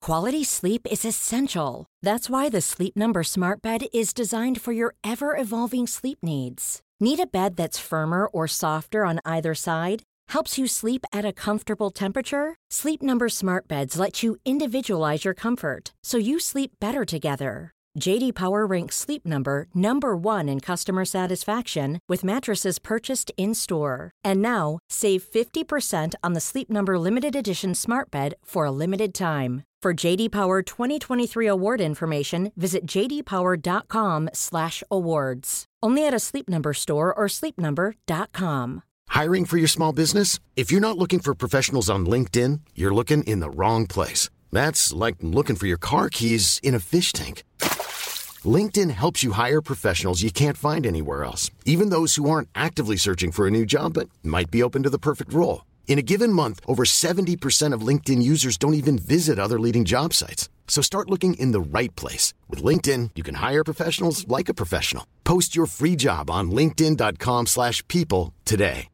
Quality sleep is essential. That's why the Sleep Number Smart Bed is designed for your ever-evolving sleep needs. Need a bed that's firmer or softer on either side? Helps you sleep at a comfortable temperature? Sleep Number Smart Beds let you individualize your comfort, so you sleep better together. J.D. Power ranks Sleep Number #1 in customer satisfaction with mattresses purchased in-store. And now, save 50% on the Sleep Number Limited Edition Smart Bed for a limited time. For J.D. Power 2023 award information, visit jdpower.com/awards. Only at a Sleep Number store or sleepnumber.com. Hiring for your small business? If you're not looking for professionals on LinkedIn, you're looking in the wrong place. That's like looking for your car keys in a fish tank. LinkedIn helps you hire professionals you can't find anywhere else, even those who aren't actively searching for a new job but might be open to the perfect role. In a given month, over 70% of LinkedIn users don't even visit other leading job sites. So start looking in the right place. With LinkedIn, you can hire professionals like a professional. Post your free job on linkedin.com/people today.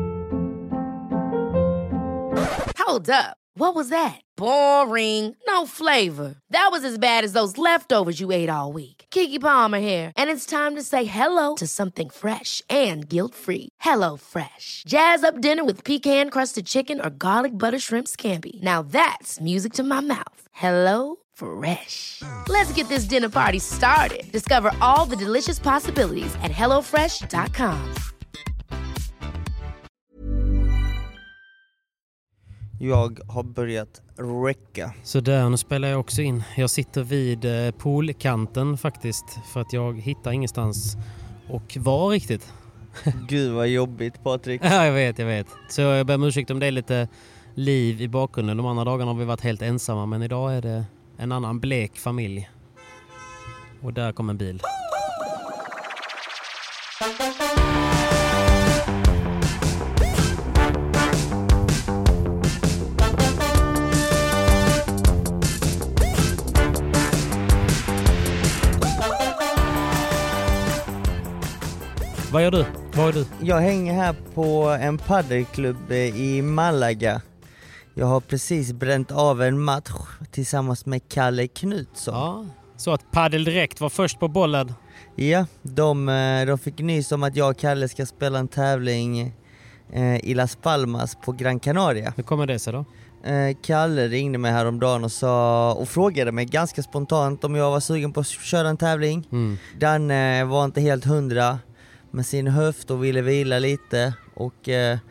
Hold up. What was that? Boring. No flavor. That was as bad as those leftovers you ate all week. Keke Palmer here. And it's time to say hello to something fresh and guilt-free. Hello Fresh. Jazz up dinner with pecan-crusted chicken or garlic butter shrimp scampi. Now that's music to my mouth. Hello Fresh. Let's get this dinner party started. Discover all the delicious possibilities at hellofresh.com. Jag har börjat räcka. Så där, nu spelar jag också in. Jag sitter vid poolkanten faktiskt, för att jag hittar ingenstans och var riktigt. Gud vad jobbigt, Patrik. Ja, jag vet. Så jag ber om ursäkt om det är lite liv i bakgrunden. De andra dagarna har vi varit helt ensamma, men idag är det en annan blek familj. Och där kommer en bil. Vad gör du? Var är du? Jag hänger här på en paddelklubb i Malaga. Jag har precis bränt av en match tillsammans med Kalle Knutsson. Ja, så att Paddel Direkt var först på bollen. Ja, de fick nys om att jag och Kalle ska spela en tävling i Las Palmas på Gran Canaria. Hur kommer det sig då? Kalle ringde mig häromdagen och frågade mig ganska spontant om jag var sugen på att köra en tävling. Den var inte helt 100 med sin höft och ville vila lite och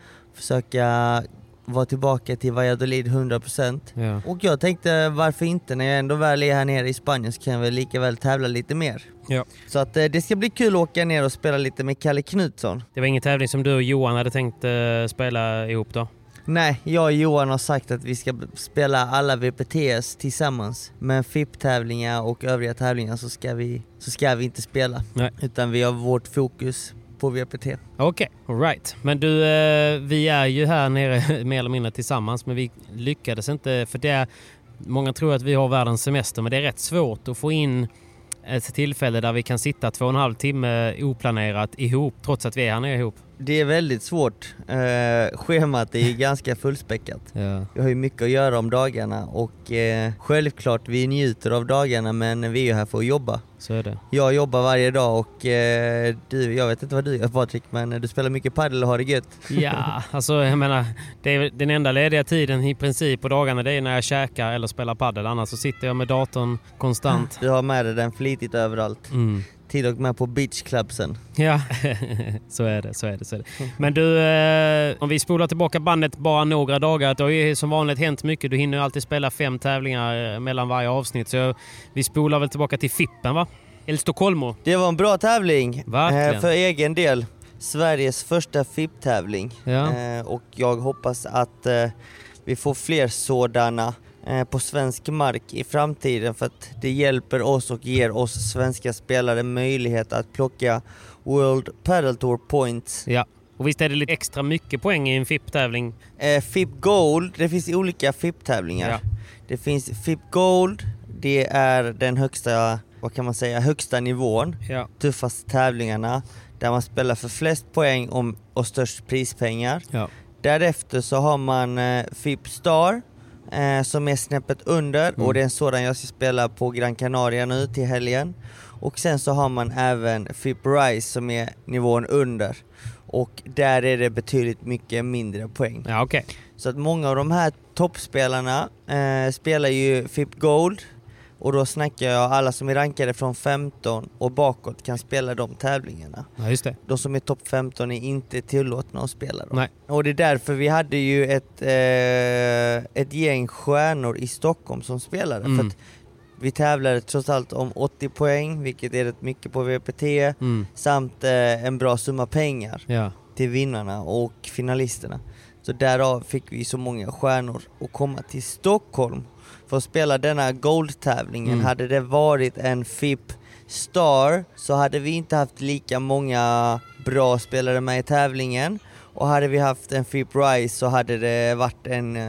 försöka vara tillbaka till Valladolid 100%. Ja. Och jag tänkte, varför inte? När jag ändå väl är här nere i Spanien så kan jag väl lika väl tävla lite mer. Ja. Så att det ska bli kul att åka ner och spela lite med Kalle Knutsson. Det var ingen tävling som du och Johan hade tänkt spela ihop då? Nej, jag och Johan har sagt att vi ska spela alla VPTS tillsammans. Men FIP-tävlingar och övriga tävlingar så ska vi inte spela. Nej. Utan vi har vårt fokus på VPT. Okej, all right. Men du, vi är ju här nere mer eller mindre tillsammans, men vi lyckades inte, för det många tror att vi har världens semester, men det är rätt svårt att få in ett tillfälle där vi kan sitta 2,5 timme oplanerat ihop, trots att vi är här nere ihop. Det är väldigt svårt. Schemat är ju ganska fullspäckat. Ja. Vi har ju mycket att göra om dagarna och självklart vi njuter av dagarna, men vi är ju här för att jobba. Så är det. Jag jobbar varje dag och jag vet inte vad du gör, Patrik, men du spelar mycket paddel och har det gött. Ja, alltså jag menar, det är den enda lediga tiden i princip på dagarna, det är när jag käkar eller spelar paddel. Annars så sitter jag med datorn konstant. Du har med dig den flitigt överallt. Till och med på beachclubsen. Ja, så är det. Men du, om vi spolar tillbaka bandet bara några dagar, då är ju som vanligt hänt mycket. Du hinner ju alltid spela 5 tävlingar mellan varje avsnitt. Så vi spolar väl tillbaka till Fippen, va? El Stocolmo. Det var en bra tävling. Verkligen. För egen del. Sveriges första FIP-tävling. Ja. Och jag hoppas att vi får fler sådana på svensk mark i framtiden, för att det hjälper oss och ger oss svenska spelare möjlighet att plocka World Padel Tour points. Ja, och visst är det lite extra mycket poäng i en FIP-tävling? FIP Gold, det finns olika FIP-tävlingar. Ja. Det finns FIP Gold, det är den högsta, vad kan man säga, högsta nivån. Ja. Tuffaste tävlingarna där man spelar för flest poäng och störst prispengar. Ja. Därefter så har man FIP Star. som är snäppet under och det är en sådan jag ska spela på Gran Canaria nu till helgen. Och sen så har man även FIP Rise som är nivån under. Och där är det betydligt mycket mindre poäng. Ja, okay. Så att många av de här toppspelarna spelar ju FIP Gold. Och då snackar jag alla som är rankade från 15 och bakåt kan spela de tävlingarna. Ja, just det. De som är topp 15 är inte tillåtna att spela dem. Nej. Och det är därför vi hade ju ett gäng stjärnor i Stockholm som spelade. För att vi tävlade trots allt om 80 poäng, vilket är rätt mycket på VPT. Samt en bra summa pengar till vinnarna och finalisterna. Så därav fick vi så många stjärnor att komma till Stockholm för att spela denna Gold-tävlingen. Hade det varit en FIP Star så hade vi inte haft lika många bra spelare med i tävlingen. Och hade vi haft en FIP Rise så hade det varit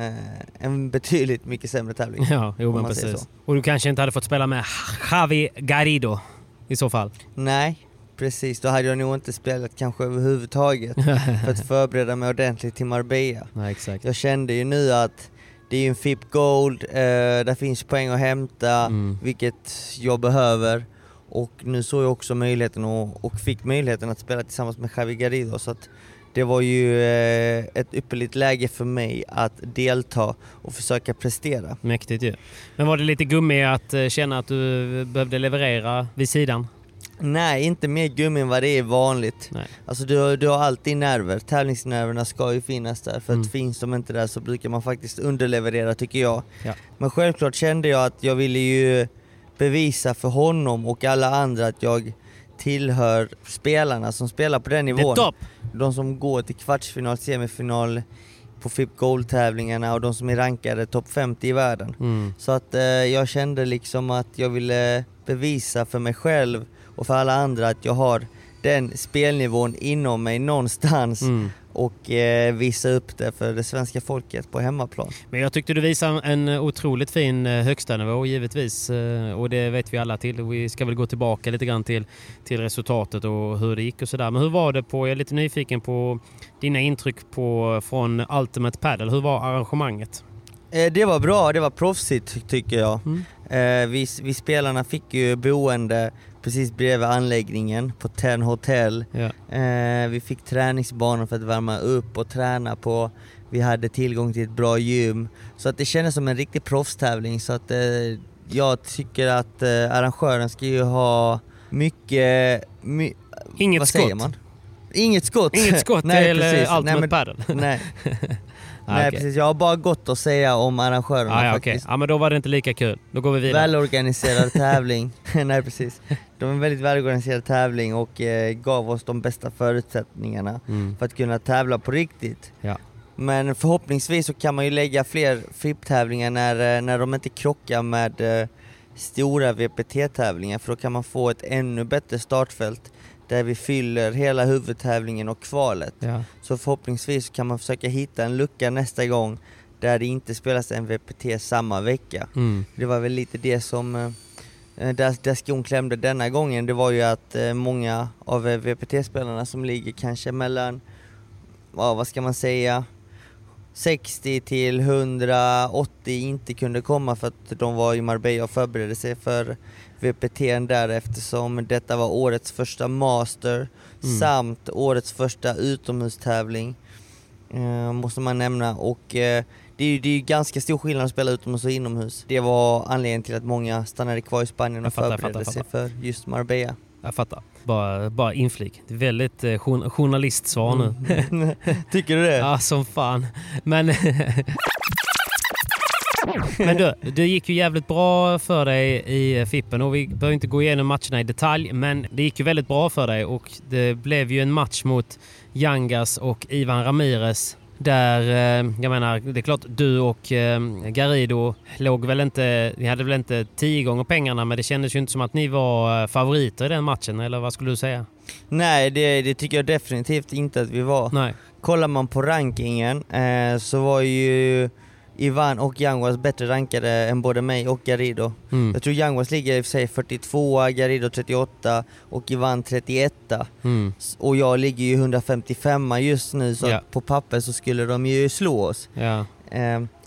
en betydligt mycket sämre tävling. Ja, men precis. Och du kanske inte hade fått spela med Javi Garrido i så fall? Nej, precis. Då hade jag nog inte spelat kanske överhuvudtaget för att förbereda mig ordentligt till Marbella. Nej, exakt. Jag kände ju nu att det är en FIP Gold, där finns poäng att hämta, vilket jag behöver. Och nu såg jag också möjligheten och fick möjligheten att spela tillsammans med Javi Garrido. Så att det var ju ett ypperligt läge för mig att delta och försöka prestera. Mäktigt ju. Men var det lite gummi att känna att du behövde leverera vid sidan? Nej, inte mer gummi än vad det är vanligt. Nej. Alltså du har alltid nerver. Tävlingsnerverna ska ju finnas där. För att finns de inte där så brukar man faktiskt underleverera, tycker jag. Ja. Men självklart kände jag att jag ville ju bevisa för honom och alla andra att jag tillhör spelarna som spelar på den nivån. De som går till kvartsfinal, semifinal på FIP Gold-tävlingarna och de som är rankade topp 50 i världen. Så att jag kände liksom att jag ville bevisa för mig själv och för alla andra att jag har den spelnivån inom mig någonstans och visa upp det för det svenska folket på hemmaplan. Men jag tyckte du visade en otroligt fin högsta nivå givetvis, och det vet vi alla till. Vi ska väl gå tillbaka lite grann till resultatet och hur det gick och sådär. Men hur var det jag är lite nyfiken på dina intryck från Ultimate Padel. Hur var arrangemanget? Det var bra, det var proffsigt tycker jag. Vi spelarna fick ju boende precis bredvid anläggningen på Ten Hotel. Vi fick träningsbanor för att värma upp och träna på. Vi hade tillgång till ett bra gym. Så att det kändes som en riktig proffstävling. Så att jag tycker att arrangören ska ju ha mycket... Inget vad skott. Säger man? Inget skott. Inget skott till Ultimate Padel. Nej. Nej, precis. Jag har bara gott att säga om arrangörerna faktiskt. Okay. Ja, men då var det inte lika kul. Då går vi vidare. Välorganiserad tävling. Nej, precis. De var en väldigt välorganiserad tävling och gav oss de bästa förutsättningarna för att kunna tävla på riktigt. Ja. Men förhoppningsvis så kan man ju lägga fler FIP-tävlingar när de inte krockar med stora VPT-tävlingar, för då kan man få ett ännu bättre startfält där vi fyller hela huvudtävlingen och kvalet. Ja. Så förhoppningsvis kan man försöka hitta en lucka nästa gång där det inte spelas en VPT samma vecka. Det var väl lite det som där skon klämde denna gången. Det var ju att många av VPT-spelarna som ligger kanske mellan, vad ska man säga, 60 till 180 inte kunde komma för att de var i Marbella och förberedde sig för VPT:n där, eftersom detta var årets första master samt årets första utomhustävling, måste man nämna. Och det är ju ganska stor skillnad att spela utomhus och inomhus. Det var anledningen till att många stannade kvar i Spanien och förberedde sig för just Marbella. Jag fattar. Bara inflik. Det är väldigt journalistsvar nu. Tycker du det? Ja, som fan. Men det gick ju jävligt bra för dig i Fippen, och vi behöver inte gå igenom matcherna i detalj, men det gick ju väldigt bra för dig, och det blev ju en match mot Yangas och Ivan Ramirez där, jag menar, det är klart du och Garrido ni hade väl inte 10 gånger pengarna, men det kändes ju inte som att ni var favoriter i den matchen, eller vad skulle du säga? Nej, det tycker jag definitivt inte att vi var. Nej. Kollar man på rankingen så var ju Ivan och Yanguas bättre rankade än både mig och Garrido. Jag tror Yanguas ligger i sig 42, Garrido 38 och Ivan 31. Och jag ligger ju 155 just nu, så på papper så skulle de ju slå oss.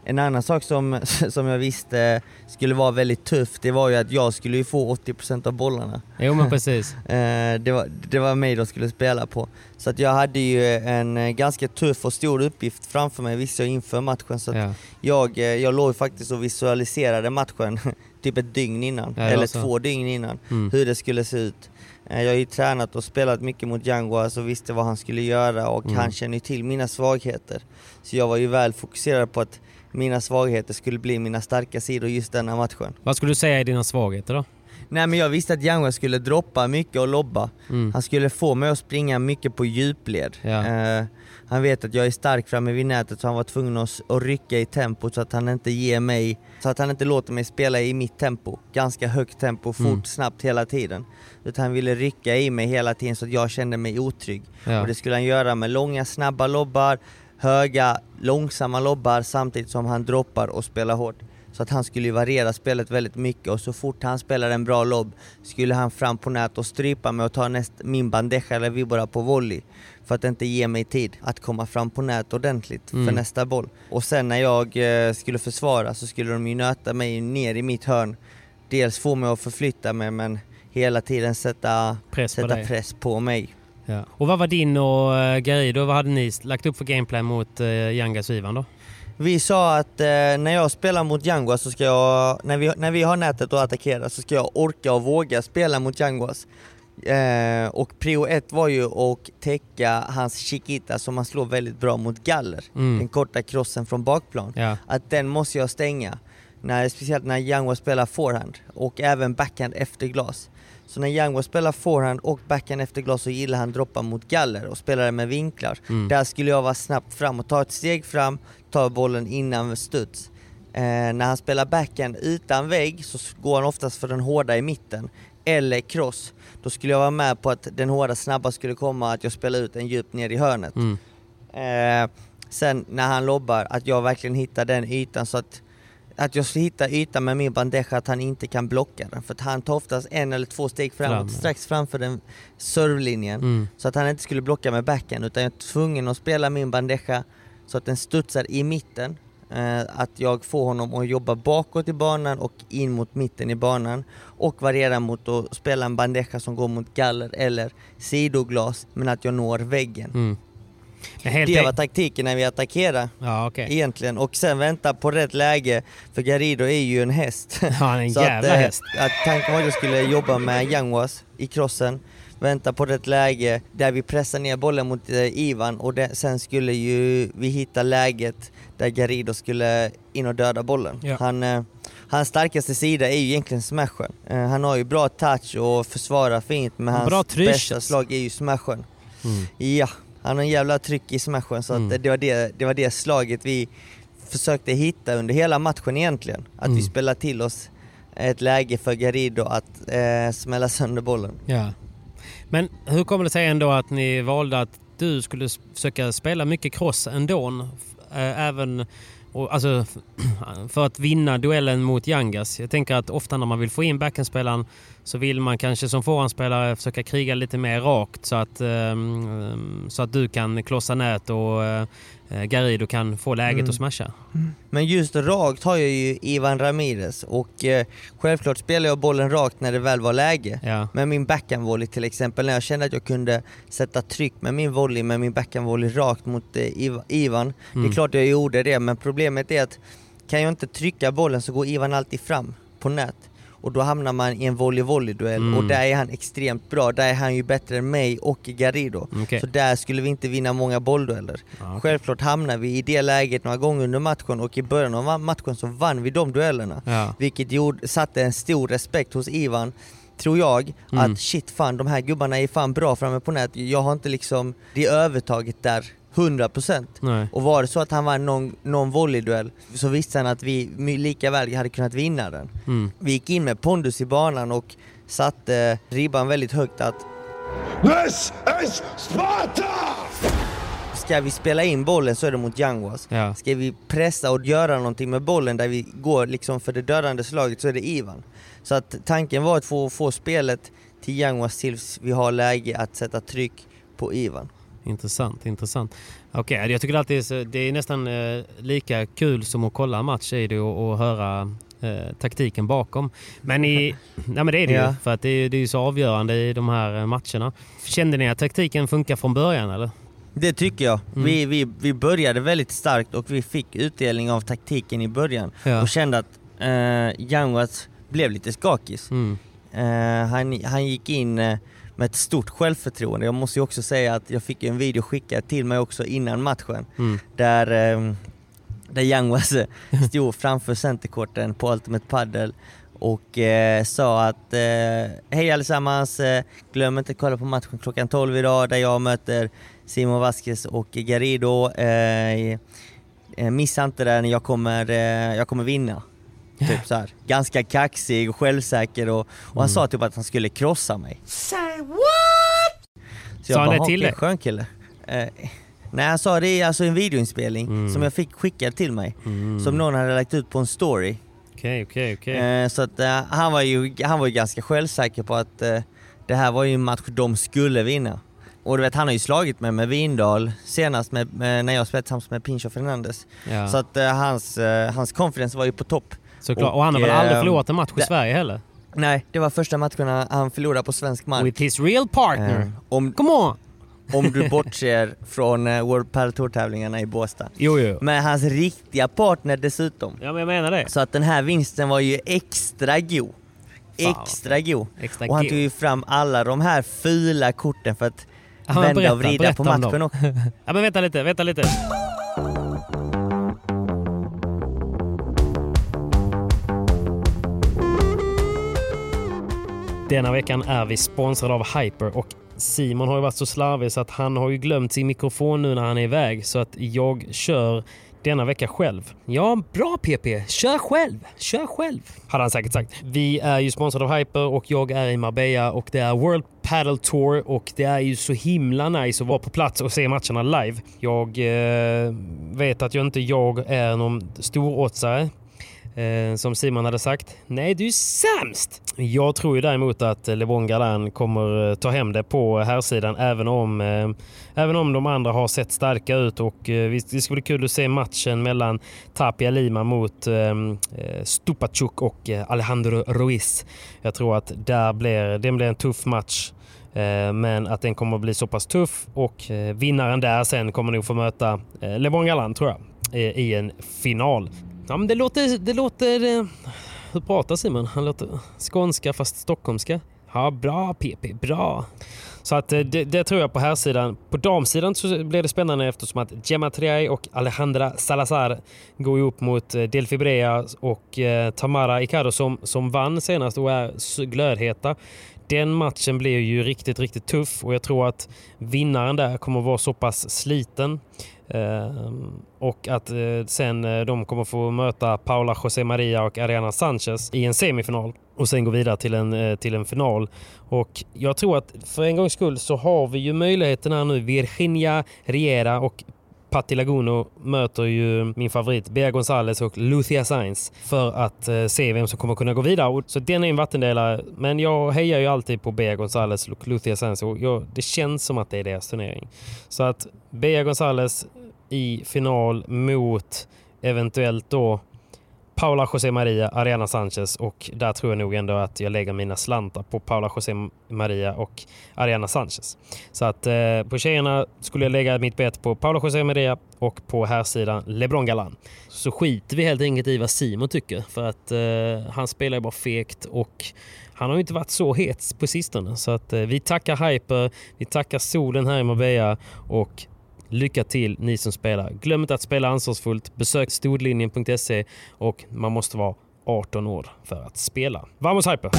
En annan sak som jag visste skulle vara väldigt tufft, det var ju att jag skulle ju få 80% av bollarna. Jo, men precis. Det var mig de skulle spela på. Så att jag hade ju en ganska tuff och stor uppgift framför mig, visste jag inför matchen. Så att jag låg faktiskt och visualiserade matchen typ ett dygn innan, eller 2 dygn innan, hur det skulle se ut. Jag har ju tränat och spelat mycket mot Yanguas och visste vad han skulle göra, och han känner till mina svagheter. Så jag var ju väl fokuserad på att mina svagheter skulle bli mina starka sidor just denna matchen. Vad skulle du säga är dina svagheter då? Nej, men jag visste att Yanguas skulle droppa mycket och lobba. Han skulle få mig att springa mycket på djupled. Han vet att jag är stark framme vid nätet, så han var tvungen att rycka i tempo så att han inte ger mig, så att han inte låter mig spela i mitt tempo. Ganska högt tempo, fort, snabbt hela tiden. Utan han ville rycka i mig hela tiden så att jag kände mig otrygg. Och det skulle han göra med långa, snabba lobbar, höga, långsamma lobbar, samtidigt som han droppar och spelar hårt. Så att han skulle ju variera spelet väldigt mycket, och så fort han spelar en bra lobb skulle han fram på nät och strypa mig och ta min bandeja eller vibora på volley, för att inte ge mig tid att komma fram på nät ordentligt för nästa boll. Och sen när jag skulle försvara så skulle de ju nöta mig ner i mitt hörn. Dels få mig att förflytta mig, men hela tiden sätta press på mig. Ja. Och vad var din och Garrido, vad hade ni lagt upp för gameplan mot Yanguas och Ivan då? Vi sa att när jag spelar mot Yanguas så ska jag, när vi har nätet att attackera, så ska jag orka och våga spela mot Yanguas. Och prio 1 var ju att täcka hans chiquita som han slår väldigt bra mot galler. Den korta crossen från bakplan. Att den måste jag stänga. Speciellt när Yanguas spelar forehand och även backhand efter glas. Så när Yanguas spelar forehand och backhand efter glas så gillar han droppa mot galler och spelar med vinklar. Där skulle jag vara snabbt fram och ta ett steg fram, ta bollen innan studs. När han spelar backhand utan vägg så går han oftast för den hårda i mitten eller cross. Då skulle jag vara med på att den hårda snabba skulle komma, att jag spelar ut en djupt ner i hörnet. Sen när han lobbar, att jag verkligen hittar den ytan, så att jag hittar ytan med min bandeja, att han inte kan blocka den. För att han tar oftast 1 eller 2 steg framåt, strax framför den servelinjen. Så att han inte skulle blocka med backen, utan jag är tvungen att spela min bandeja så att den studsar i mitten. Att jag får honom att jobba bakåt i banan och in mot mitten i banan. Och variera mot att spela en bandeja som går mot galler eller sidoglas, men att jag når väggen. Det var taktiken när vi attackerade egentligen. Och sen vänta på rätt läge, för Garrido är ju en häst. Ja, en jävla häst. Att tanken var att jag skulle jobba med Yanguas i crossen, vänta på rätt läge där vi pressar ner bollen mot Ivan, och sen skulle ju vi hitta läget där Garrido skulle in och döda bollen. Hans starkaste sida är ju egentligen smashen. Han har ju bra touch och försvarar fint, men hans bästa slag är ju smashen. Ja, han har en jävla tryck i smashen, så att det var det slaget vi försökte hitta under hela matchen egentligen. Att vi spelade till oss ett läge för Garrido att smälla sönder bollen. Ja. Men hur kommer det sig ändå att ni valde att du skulle försöka spela mycket cross ändå? Även alltså, för att vinna duellen mot Yanguas. Jag tänker att ofta när man vill få in backhandspelaren så vill man kanske som forehandspelare försöka kriga lite mer rakt så att du kan klossa nät och Garrido kan få läget att smasha. Men just rakt har jag ju Ivan Ramirez, och självklart spelar jag bollen rakt när det väl var läge. Med min backhandvolley till exempel, när jag kände att jag kunde sätta tryck med min volley, med min backhandvolley rakt mot Ivan. Det är klart jag gjorde det, men problemet är att kan jag inte trycka bollen så går Ivan alltid fram på nät. Och då hamnar man i en volley-volley-duell. Och där är han extremt bra. Där är han ju bättre än mig och Garrido. Så där skulle vi inte vinna många bolldueller. Självklart hamnar vi i det läget några gånger under matchen. Och i början av matchen så vann vi de duellerna. Vilket satte en stor respekt hos Ivan. Tror jag att shit fan, de här gubbarna är fan bra framme på nät. Jag har inte liksom det övertaget där 100%. Och var det så att han var någon volleyduell så visste han att vi lika väl hade kunnat vinna den. Vi gick in med pondus i banan och satte ribban väldigt högt att This is Sparta! Ska vi spela in bollen så är det mot Yanguas. Ska vi pressa och göra någonting med bollen där vi går liksom för det dödande slaget så är det Ivan. Så att tanken var att få spelet till Yanguas tills vi har läge att sätta tryck på Ivan. Intressant. Okej, jag tycker alltid det är nästan lika kul som att kolla en match är det och höra taktiken bakom. Men det är det ju, för att det är ju så avgörande i de här matcherna. Kände ni att taktiken funkar från början eller? Det tycker jag. Vi började väldigt starkt och vi fick utdelning av taktiken i början. Och kände att Yanguas blev lite skakis. Han gick in med ett stort självförtroende. Jag måste ju också säga att jag fick en video skickad till mig också innan matchen. Där Yanguas stod framför centerkorten på Ultimate Padel och sa att hej allesammans, glöm inte att kolla på matchen klockan 12 idag där jag möter Simon Vasquez och Garrido. Missa inte där när jag kommer vinna. Typ så här. Ganska kaxig och självsäker och han sa typ att han skulle krossa mig. Say what? Så jag bara, okej, skön kille. Nej, han sa det alltså en videoinspelning som jag fick skickad till mig. Som någon hade lagt ut på en story. Okej. Så att han var ju ganska självsäker på att det här var ju en match de skulle vinna. Och du vet, han har ju slagit mig med Vindal senast när jag spelade tillsammans med Pincho Fernandes. Så att hans confidence var ju på topp. Såklart. Och han har väl aldrig förlorat en match i Sverige heller? Nej, det var första matchen han förlorade på svensk mark. With his real partner. Come on! Om du bortser från World Padel Tour-tävlingarna i Båstad. Jo. Men hans riktiga partner dessutom. Ja, men jag menar det. Så att den här vinsten var ju extra god. Och han tog ju fram alla de här fula korten för att vända och vrida på matchen också. Ja, men vänta lite. Denna veckan är vi sponsrade av Hyper och Simon har ju varit så slarvig så att han har ju glömt sin mikrofon nu när han är iväg, så att jag kör denna vecka själv. Ja, bra PP. Kör själv. Hade han säkert sagt. Vi är ju sponsrade av Hyper och jag är i Marbella och det är World Padel Tour och det är ju så himla nice att vara på plats och se matcherna live. Jag vet att jag är någon storåtsare. Som Simon hade sagt. Nej, du är sämst! Jag tror ju däremot att LeBron Galan kommer ta hem det på här sidan även om de andra har sett starka ut och det ska bli kul att se matchen mellan Tapia Lima mot Stupacuk och Alejandro Ruiz. Jag tror att den blir en tuff match. Men att den kommer att bli så pass tuff och vinnaren där sen kommer nog få möta LeBron Galan, tror jag, i en final. Ja, men det låter hur pratar Simon? Han låter skånska fast stockholmska. Ja, bra PP, bra. Så att det tror jag på här sidan. På damsidan så blir det spännande eftersom att Gemma Triay och Alejandra Salazar går upp mot Delphi Brea och Tamara Icaro som vann senast och är glödheta. Den matchen blir ju riktigt, riktigt tuff och jag tror att vinnaren där kommer vara så pass sliten och att sen de kommer få möta Paula José Maria och Ariana Sanchez i en semifinal och sen gå vidare till en final. Och jag tror att för en gångs skull så har vi ju möjligheten här nu. Virginia Riera och Patti Laguno möter ju min favorit Bea González och Lucia Sainz för att se vem som kommer kunna gå vidare. Så den är en vattendelare, men jag hejar ju alltid på Bea González och Lucia Sainz och det känns som att det är deras turnering. Så att Bea González i final mot eventuellt då Paula José Maria, Ariana Sanchez, och där tror jag nog ändå att jag lägger mina slantar på Paula José Maria och Ariana Sanchez. Så att på tjejerna skulle jag lägga mitt bet på Paula José Maria och på här sidan LeBron Galan. Så skiter vi helt enkelt i vad Simon tycker, för att han spelar ju bara fegt och han har ju inte varit så het på sistone. Så att vi tackar Hyper, vi tackar solen här i Marbella och lycka till ni som spelar. Glöm inte att spela ansvarsfullt. Besök stodlinjen.se och man måste vara 18 år för att spela. Vamos Hyper!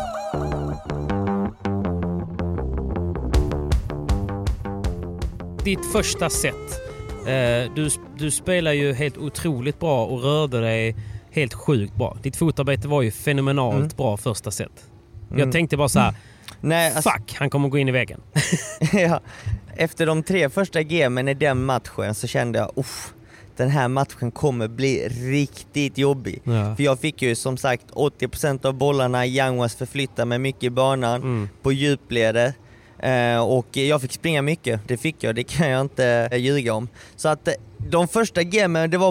Ditt första set. Du spelar ju helt otroligt bra och rörde dig helt sjukt bra. Ditt fotarbete var ju fenomenalt bra första set. Jag tänkte bara så här. Nej, fuck, han kommer gå in i väggen. Ja. Efter de 3 första gamen i den matchen så kände jag, den här matchen kommer bli riktigt jobbig. Ja. För jag fick ju som sagt 80% av bollarna. Yanguas förflyttar mig mycket i banan på djupleder. Och jag fick springa mycket, det fick jag, det kan jag inte ljuga om. Så att de första gamen, det var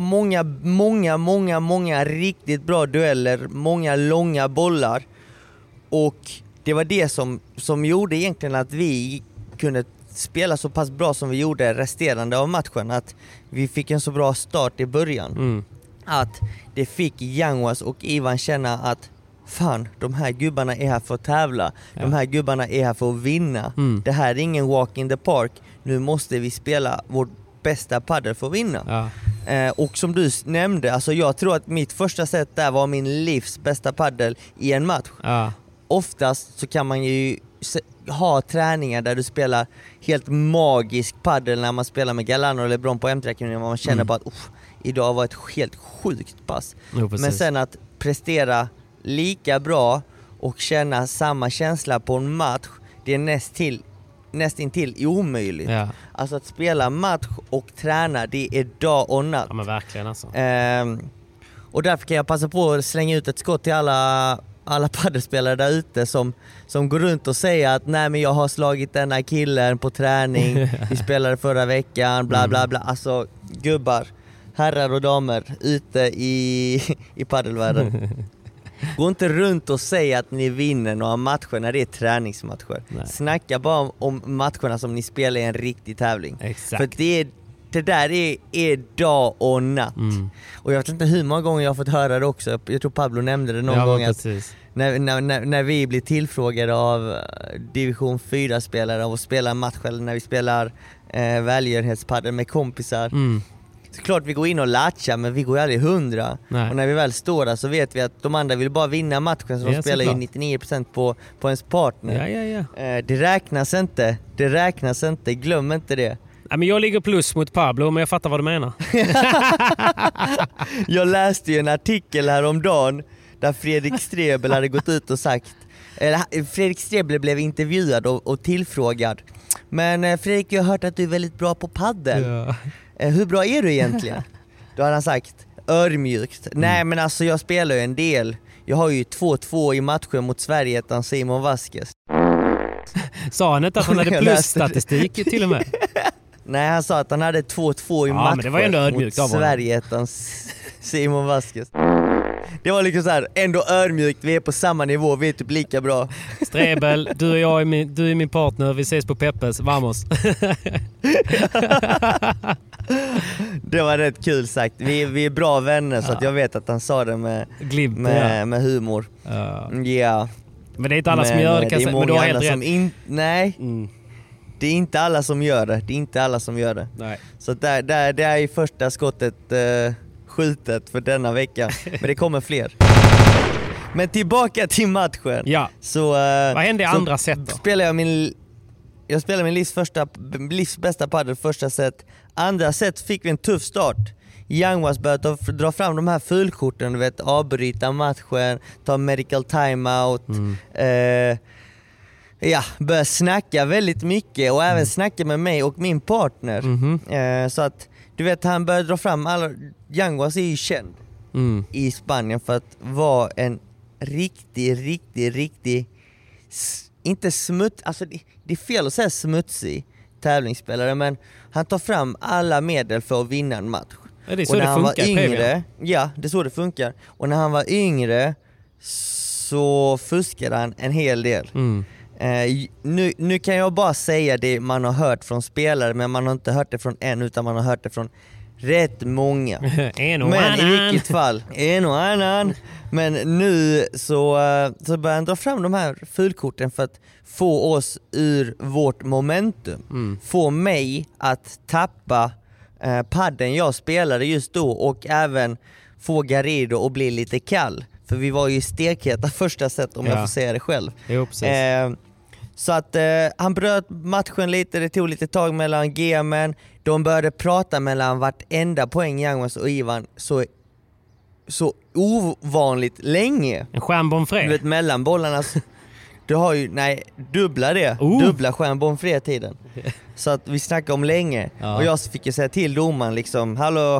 många riktigt bra dueller, många långa bollar. Och det var det som gjorde egentligen att vi kunde spela så pass bra som vi gjorde resterande av matchen. Att vi fick en så bra start i början. Att det fick Yanguas och Ivan känna att fan, de här gubbarna är här för att tävla. De här gubbarna är här för att vinna. Det här är ingen walk in the park. Nu måste vi spela vårt bästa paddel för att vinna. Och som du nämnde, alltså jag tror att mitt första set där var min livs bästa paddel i en match. Oftast så kan man ju ha träningar där du spelar helt magisk paddel när man spelar med Galano eller LeBron på M3, man känner bara att idag var ett helt sjukt pass. Men sen att prestera lika bra och känna samma känsla på en match, det är nästintill omöjligt. Alltså att spela match och träna, det är dag och natt. Ja men verkligen alltså. Och därför kan jag passa på att slänga ut ett skott till alla paddelspelare där ute som går runt och säger att nej men jag har slagit den här killen på träning, vi spelade förra veckan, bla bla bla. Alltså gubbar, herrar och damer ute i paddelvärlden. Gå inte runt och säg att ni vinner några matcher när det är träningsmatcher. Nej. Snacka bara om matcherna som ni spelar i en riktig tävling. Exakt. För det där är dag och natt. Och jag vet inte hur många gånger jag har fått höra det också. Jag tror Pablo nämnde det någon gång att när vi blir tillfrågade av division 4-spelare av att spela match eller när vi spelar välgörenhetspaddel med kompisar. Så klart vi går in och latchar, men vi går aldrig 100. Nej. Och när vi väl står där så vet vi att de andra vill bara vinna matchen, så de spelar ju 99% på ens partner. Det räknas inte, glöm inte det. Ja, men jag ligger plus mot Pablo, men jag fattar vad du menar. Jag läste ju en artikel häromdagen där Fredrik Strebel hade gått ut och sagt, Fredrik Strebel blev intervjuad och tillfrågad. Men Fredrik, jag har hört att du är väldigt bra på paddel. Hur bra är du egentligen? Då hade han sagt örmjukt. Nej men alltså jag spelar ju en del. Jag har ju 2-2 i matchen mot Sverige utan Simon Vasquez. Sa han inte att han hade plusstatistik till och med? Nej, han sa att han hade 2-2 i matchen, men det var ändå ödmjukt mot Sverige utan Simon Vasquez. Det var liksom så här, ändå örmjukt, vi är på samma nivå, vi är typ lika bra. Strebel, du är min partner, vi ses på Peppes, vamos. Det var rätt kul sagt. Vi är bra vänner, så att jag vet att han sa det med humor. Ja. Men det är inte alla som gör det, kan säga. Men du har helt rätt. Nej. Det är inte alla som gör det. Nej. Så där är ju första skottet skjutet för denna vecka. Men det kommer fler. Men tillbaka till matchen. Ja. Så, vad hände i andra set då? Jag spelade min livs bästa paddel första set. Andra set fick vi en tuff start. Yanguas började dra fram de här fulkorten, du vet, avbryta matchen, ta medical timeout. Började snacka väldigt mycket och även snacka med mig och min partner. Så att du vet, han började dra fram Yanguas är ju känd i Spanien för att vara en riktig inte alltså det är fel att säga smutsig tävlingsspelare, men han tar fram alla medel för att vinna en match. Ja, det är så det funkar. Det är så det funkar. Och när han var yngre så fuskade han en hel del. Nu kan jag bara säga det man har hört från spelare, men man har inte hört det från en, utan man har hört det från rätt många. Men i vilket fall, en och annan. Men nu så börjar han dra fram de här fulkorten för att få oss ur vårt momentum. Få mig att tappa padden jag spelade just då, och även få Garrido att bli lite kall. För vi var ju stekheta första set, om jag får säga det själv. Jo, precis. Så att han bröt matchen lite, det tog lite tag mellan gamen. De började prata mellan vartenda poäng, Yanguas och Ivan, så ovanligt länge. En stjärnbomfré. Du vet, mellan bollarna. Du har ju, dubbla det. Dubbla stjärnbomfré-tiden. Så att vi snackade om länge. Och jag fick ju säga till domaren liksom, hallå,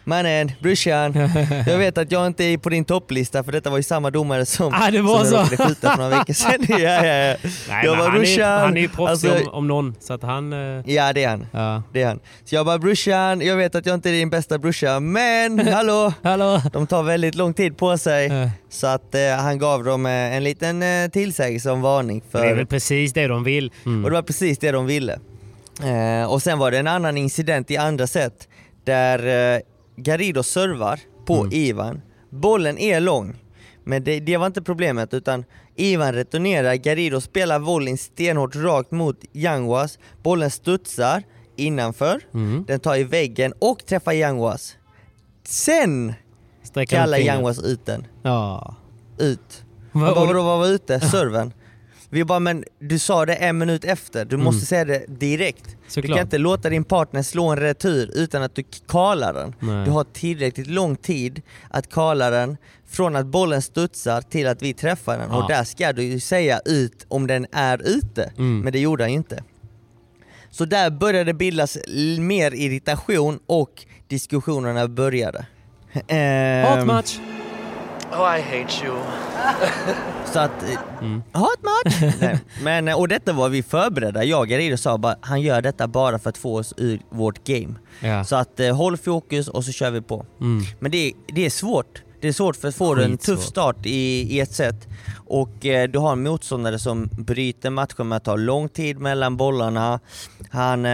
Mannen, brorsan, jag vet att jag inte är på din topplista för detta var ju samma domare som det var som jag råkade skjuta för några veckor sedan. Ja. Nej, jag bara, han är ju proffsig om någon, så att han... Ja, det är han. Ja. Det är han. Så jag bara, brorsan, jag vet att jag inte är din bästa brorsan, men hallå! De tar väldigt lång tid på sig. Så att han gav dem en liten tillsägelse om varning. För... Det är väl precis det de vill. Och det var precis det de ville. Och sen var det en annan incident i andra set där Garrido servar på Ivan. Bollen är lång, men det var inte problemet, utan Ivan returnerar, Garrido spelar volleyn stenhårt rakt mot Yanguas. Bollen studsar innanför, den tar i väggen och träffar Yanguas. Sen kallar Yanguas ut den. Ja. Ut. Vad var ute? Serven. Vi bara, men du sa det 1 minut efter. Du måste säga det direkt. Såklart. Du kan inte låta din partner slå en retur utan att du kallar den. Nej. Du har tillräckligt lång tid att kalla den från att bollen studsar till att vi träffar den. Och där ska du ju säga ut om den är ute. Men det gjorde han inte. Så där började bildas mer irritation och diskussionerna började. Hatmatch! Oh, I hate you. Så att hatmatch. Nej. Men och detta var vi förberedda. Jag och Garrido sa bara, han gör detta bara för att få oss ur vårt game. Ja. Så att håll fokus och så kör vi på. Men det är svårt. Det är svårt för att få en tuff start i ett set. Och du har en motståndare som bryter matchen med att ta lång tid mellan bollarna. Han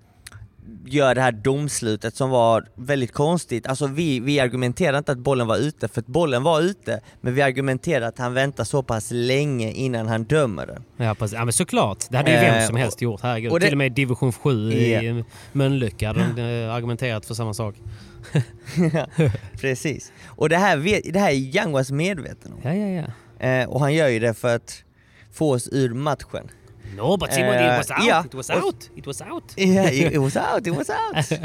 gör det här domslutet som var väldigt konstigt. Alltså vi argumenterar inte att bollen var ute, för att bollen var ute, men vi argumenterar att han väntar så pass länge innan han dömer den. Ja, precis. Ja, men såklart. Det hade ju vem som helst gjort. Herregud. Till och med division 7 i Mölnlycke hade de argumenterat för samma sak. Precis. Och det här är Yanguas medveten om. Ja. Och han gör ju det för att få oss ur matchen. No, but Simon, it was out. Yeah. It was out. It was out. Yeah, it was out.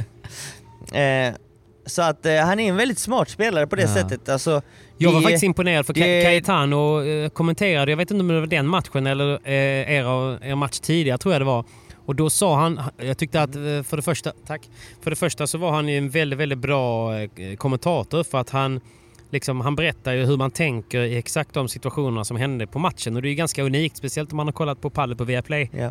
Så att han är en väldigt smart spelare på det sättet. Alltså, jag var faktiskt imponerad för Cayetano kommenterade, jag vet inte om det var den matchen eller er match tidigare tror jag det var. Och då sa han, jag tyckte att för det första så var han ju en väldigt, väldigt bra kommentator, för att han berättar ju hur man tänker i exakt de situationerna som hände på matchen. Och det är ju ganska unikt, speciellt om man har kollat på Palle på Viaplay. Ja.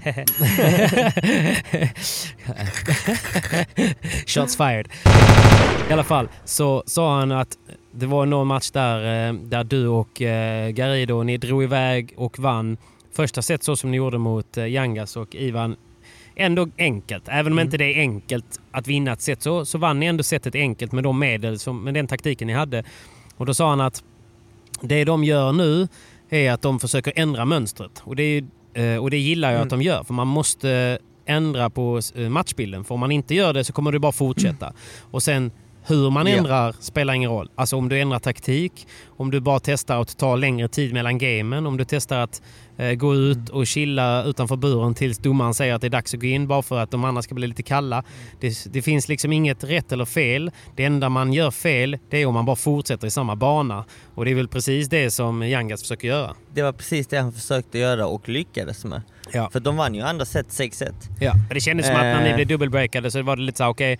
Shots fired. I alla fall så sa han att det var någon match där du och Garrido, ni drog iväg och vann första set så som ni gjorde mot Yangas och Ivan. Ändå enkelt. Även om inte det är enkelt att vinna ett set så vann ni ändå setet enkelt med de medel med den taktiken ni hade. Och då sa han att det de gör nu är att de försöker ändra mönstret. Och det gillar jag att de gör. För man måste ändra på matchbilden. För om man inte gör det så kommer det bara fortsätta. Och sen hur man ändrar spelar ingen roll. Alltså om du ändrar taktik, om du bara testar att ta längre tid mellan gamen, om du testar att gå ut och chilla utanför buren tills domaren säger att det är dags att gå in bara för att de andra ska bli lite kalla. Det finns liksom inget rätt eller fel. Det enda man gör fel, det är om man bara fortsätter i samma bana. Och det är väl precis det som Yangas försöker göra. Det var precis det han försökte göra och lyckades med. Ja. För de vann ju andra set 6-1. Ja, det kändes som att när ni blev dubbelbreakade så var det lite så okej.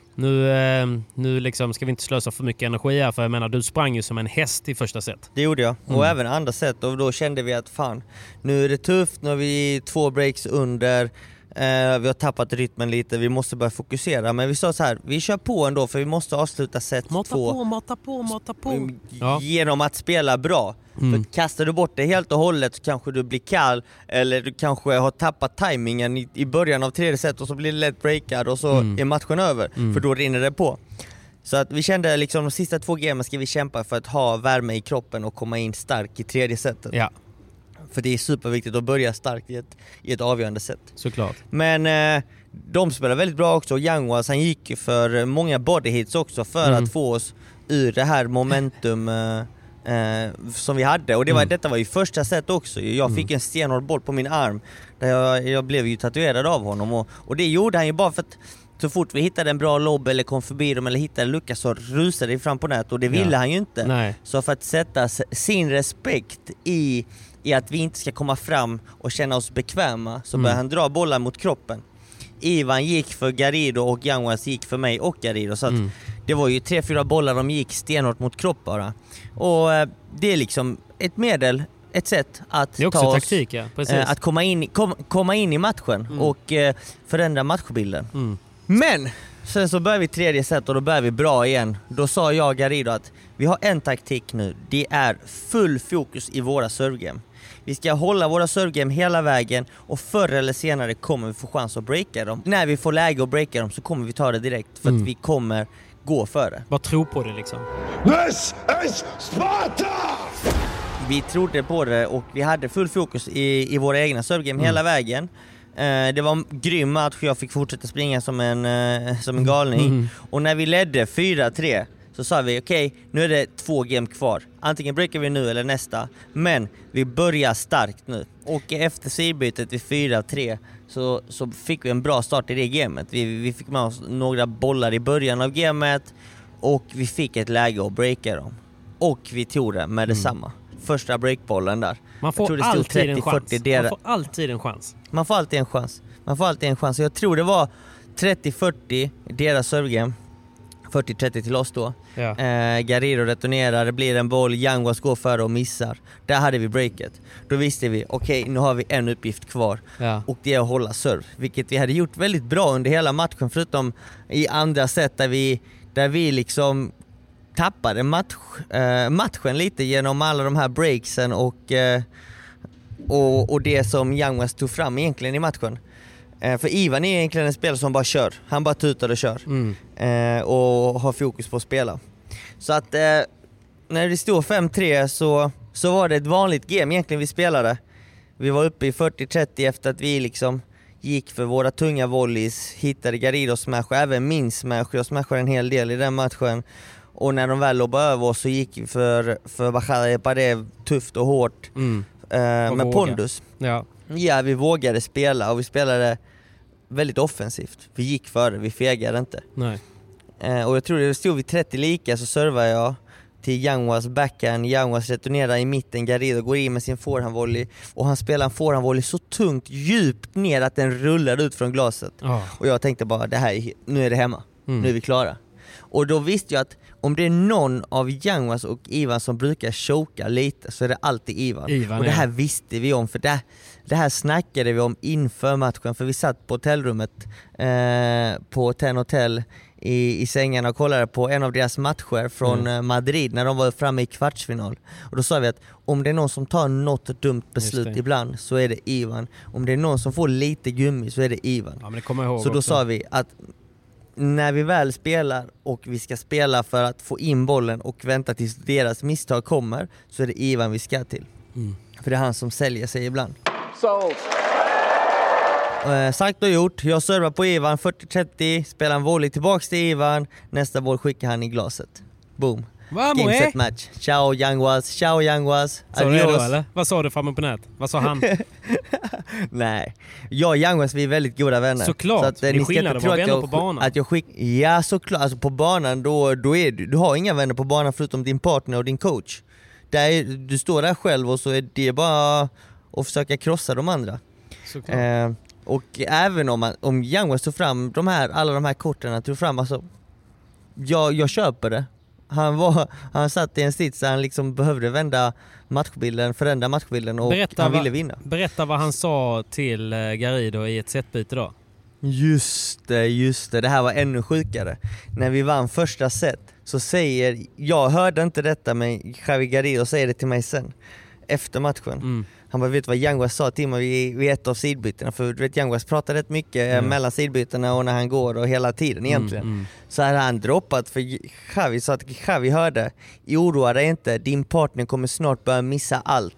Nu liksom ska vi inte slösa för mycket energi här, för jag menar, du sprang ju som en häst i första set. Det gjorde jag, och även andra set, och då kände vi att fan, nu är det tufft, nu har vi 2 breaks under, vi har tappat rytmen lite, vi måste börja fokusera, men vi sa så här, vi kör på ändå för vi måste avsluta set 2 mata på. Genom att spela bra. För kastar du bort det helt och hållet så kanske du blir kall, eller du kanske har tappat tajmingen i början av 3:e set och så blir det lätt breakad och så är matchen över, för då rinner det på. Så att vi kände liksom de sista 2 gamen ska vi kämpa för att ha värme i kroppen och komma in stark i 3:e setet. Ja. För det är superviktigt att börja starkt i ett avgörande sätt. Såklart. Men de spelar väldigt bra också. Yanguas, han gick för många body hits också för att få oss ur det här momentum som vi hade. Och detta var ju första set också. Jag fick en stenhård boll på min arm där jag blev ju tatuerad av honom. Och det gjorde han ju bara för att så fort vi hittade en bra lobb eller kom förbi dem eller hittade en lucka så rusade det fram på nät. Och det ville han ju inte. Nej. Så för att sätta sin respekt i att vi inte ska komma fram och känna oss bekväma så började han dra bollar mot kroppen. Ivan gick för Garrido och Yanguas gick för mig och Garrido. Så att det var ju 3-4 bollar de gick stenhårt mot kropp bara. Och det är liksom ett medel, ett sätt att det är också ta taktik, oss, ja. Precis. att komma in i matchen och förändra matchbilden. Men sen så börjar vi tredje set och då börjar vi bra igen. Då sa jag Garrido att vi har en taktik nu. Det är full fokus i våra servegame. Vi ska hålla våra servegame hela vägen och förr eller senare kommer vi få chans att breaka dem. När vi får läge att breaka dem så kommer vi ta det direkt för att vi kommer gå för det. Bara tro på det liksom. This is Sparta! Vi trodde på det och vi hade full fokus i våra egna servegame hela vägen. Det var en grym match, jag fick fortsätta springa som en galning. Och när vi ledde 4-3 så sa vi okej, nu är det 2 game kvar. Antingen breakar vi nu eller nästa. Men vi börjar starkt nu. Och efter sidbytet vid 4-3 så fick vi en bra start i det gamet. Vi fick med oss några bollar i början av gamet och vi fick ett läge att breaka dem. Och vi tog det med detsamma. Första breakbollen där. Man får alltid en chans. Man får alltid en chans. Man får alltid en chans. Jag tror det var 30-40 deras servegame. 40-30 till oss då. Ja. Garrido returnerar, det blir en boll, Yanguas går före och missar. Där hade vi breaket. Då visste vi, okej, nu har vi en uppgift kvar. Ja. Och det är att hålla serve. Vilket vi hade gjort väldigt bra under hela matchen. Förutom i andra sätt där vi liksom tappade matchen lite genom alla de här breaksen och det som Yanguas tog fram egentligen i matchen. För Ivan är egentligen en spelare som bara kör. Han bara tutar och kör. Och har fokus på att spela. Så att när det stod 5-3 så var det ett vanligt game egentligen vi spelade. Vi var uppe i 40-30 efter att vi liksom gick för våra tunga volleys. Hittade Garrido smash och även min smash. Jag smashade en hel del i den matchen. Och när de väl lobbade över oss så gick vi för Bajada det tufft och hårt. Med pondus. Ja, vi vågade spela och vi spelade väldigt offensivt. Vi gick före, vi fegade inte. Nej. Och jag tror det stod vid 30 lika så servade jag till Yanguas backhand. Yanguas returnerar i mitten, Garrido går in med sin forehandvolley och han spelar en forehandvolley så tungt djupt ner att den rullar ut från glaset. Och jag tänkte bara, nu är det hemma. Nu är vi klara. Och då visste jag att om det är någon av Yanguas och Ivan som brukar choka lite så är det alltid Ivan. Och det här visste vi om, för det här snackade vi om inför matchen. För vi satt på hotellrummet på Ten Hotel i sängen och kollade på en av deras matcher från Madrid när de var framme i kvartsfinal. Och då sa vi att om det är någon som tar något dumt beslut ibland så är det Ivan. Om det är någon som får lite gummi så är det Ivan. Ja, men det kommer jag ihåg så då också. sa vi att när vi väl spelar och vi ska spela för att få in bollen och vänta tills deras misstag kommer så är det Ivan vi ska till. För det är han som säljer sig ibland. Sagt och gjort. Jag servar på Ivan 40-30, spelar en volley tillbaks till Ivan. Nästa boll skickar han i glaset. Boom. Game set match. Ciao Yanguas. Sa du det då, eller? Vad sa du framme på nät? Vad sa han? Nej. Jag och Yanguas, vi är väldigt goda vänner. Såklart. Så att, det är skillnad att vara vänner på banan. Ja, såklart. Alltså på banan då är du har inga vänner på banan förutom din partner och din coach. Du står där själv och så är det bara att försöka krossa de andra. Och även om Yanguas tog fram alla de här korten tog fram, alltså jag köper det. Han satt i en sits där han liksom behövde förändra matchbilden och han ville vinna. Berätta vad han sa till Garrido i ett setbyte då. Just det. Det här var ännu sjukare. När vi vann första set så jag hörde inte detta, men Javi Garrido säger det till mig sen efter matchen. Han bara, vet vad Yanguas sa till mig vid ett av sidbytena. För du vet, Yanguas pratar rätt mycket mellan sidbytena och när han går och hela tiden egentligen. Så hade han droppat, för Javi sa att Javi hörde, oroa dig inte, din partner kommer snart börja missa allt.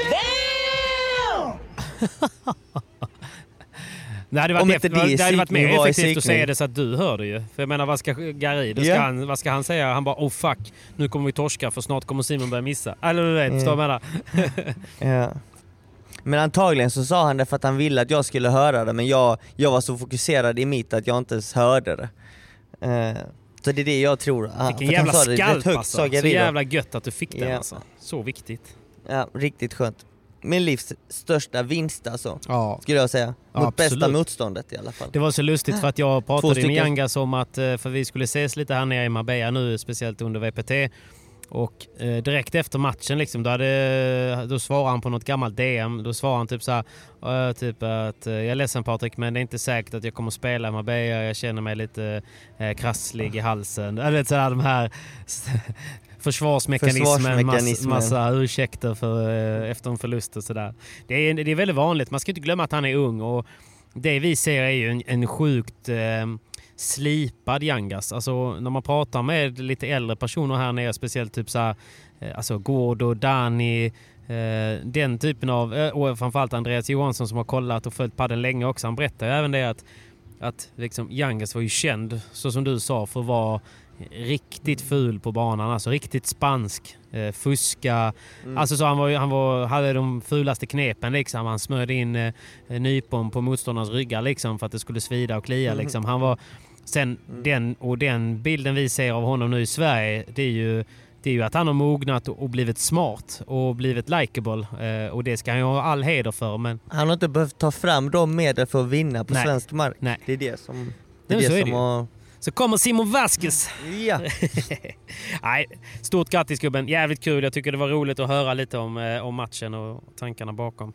Det hade varit mer effektivt att säga det så att du hör det ju. För jag menar, vad ska Garrido? Vad ska han säga? Han bara, fuck, nu kommer vi torska för snart kommer Simon börja missa. Eller du vet, förstår jag Ja. Men antagligen så sa han det för att han ville att jag skulle höra det. Men jag var så fokuserad i mitt att jag inte ens hörde det. Så det är det jag tror. Vilken jävla skalp alltså. Så jävla gött att du fick den alltså. Så viktigt. Ja, riktigt skönt. min livs största vinst alltså, skulle jag säga. Mot absolut. Bästa motståndet i alla fall. Det var så lustigt för att jag pratade med Yangas om att för vi skulle ses lite här nere i Marbella nu, speciellt under VPT. Och direkt efter matchen liksom, då svarade han på något gammalt DM. Då svarade han typ så här, typ att jag är ledsen Patrik, men det är inte säkert att jag kommer att spela i Marbella. Jag känner mig lite krasslig i halsen. Eller så här, de här försvarsmekanismen. Massa ursäkter för, efter en förlust och sådär. Det är väldigt vanligt. Man ska inte glömma att han är ung, och det vi ser är ju en sjukt slipad Yangas. Alltså när man pratar med lite äldre personer här nere, speciellt typ så här, alltså Gordo, Dani, den typen av, och framförallt Andreas Johansson som har kollat och följt padden länge också. Han berättar ju även det att liksom Yangas var ju känd, så som du sa, för att vara riktigt ful på banan, alltså riktigt spansk, fuska. Alltså så han hade de fulaste knepen liksom. Han smörde in nypon på motståndarnas ryggar liksom för att det skulle svida och klia liksom. Han var sen den bilden vi ser av honom nu i Sverige, det är ju att han har mognat och blivit smart och blivit likeable, och det ska han ju ha all heder för, men han har inte behövt ta fram de medel för att vinna på svensk mark. Nej. Det är det som har... Så kommer Simon Vasquez. Ja. Nej, stort grattis gubben. Jävligt kul. Jag tycker det var roligt att höra lite om matchen och tankarna bakom.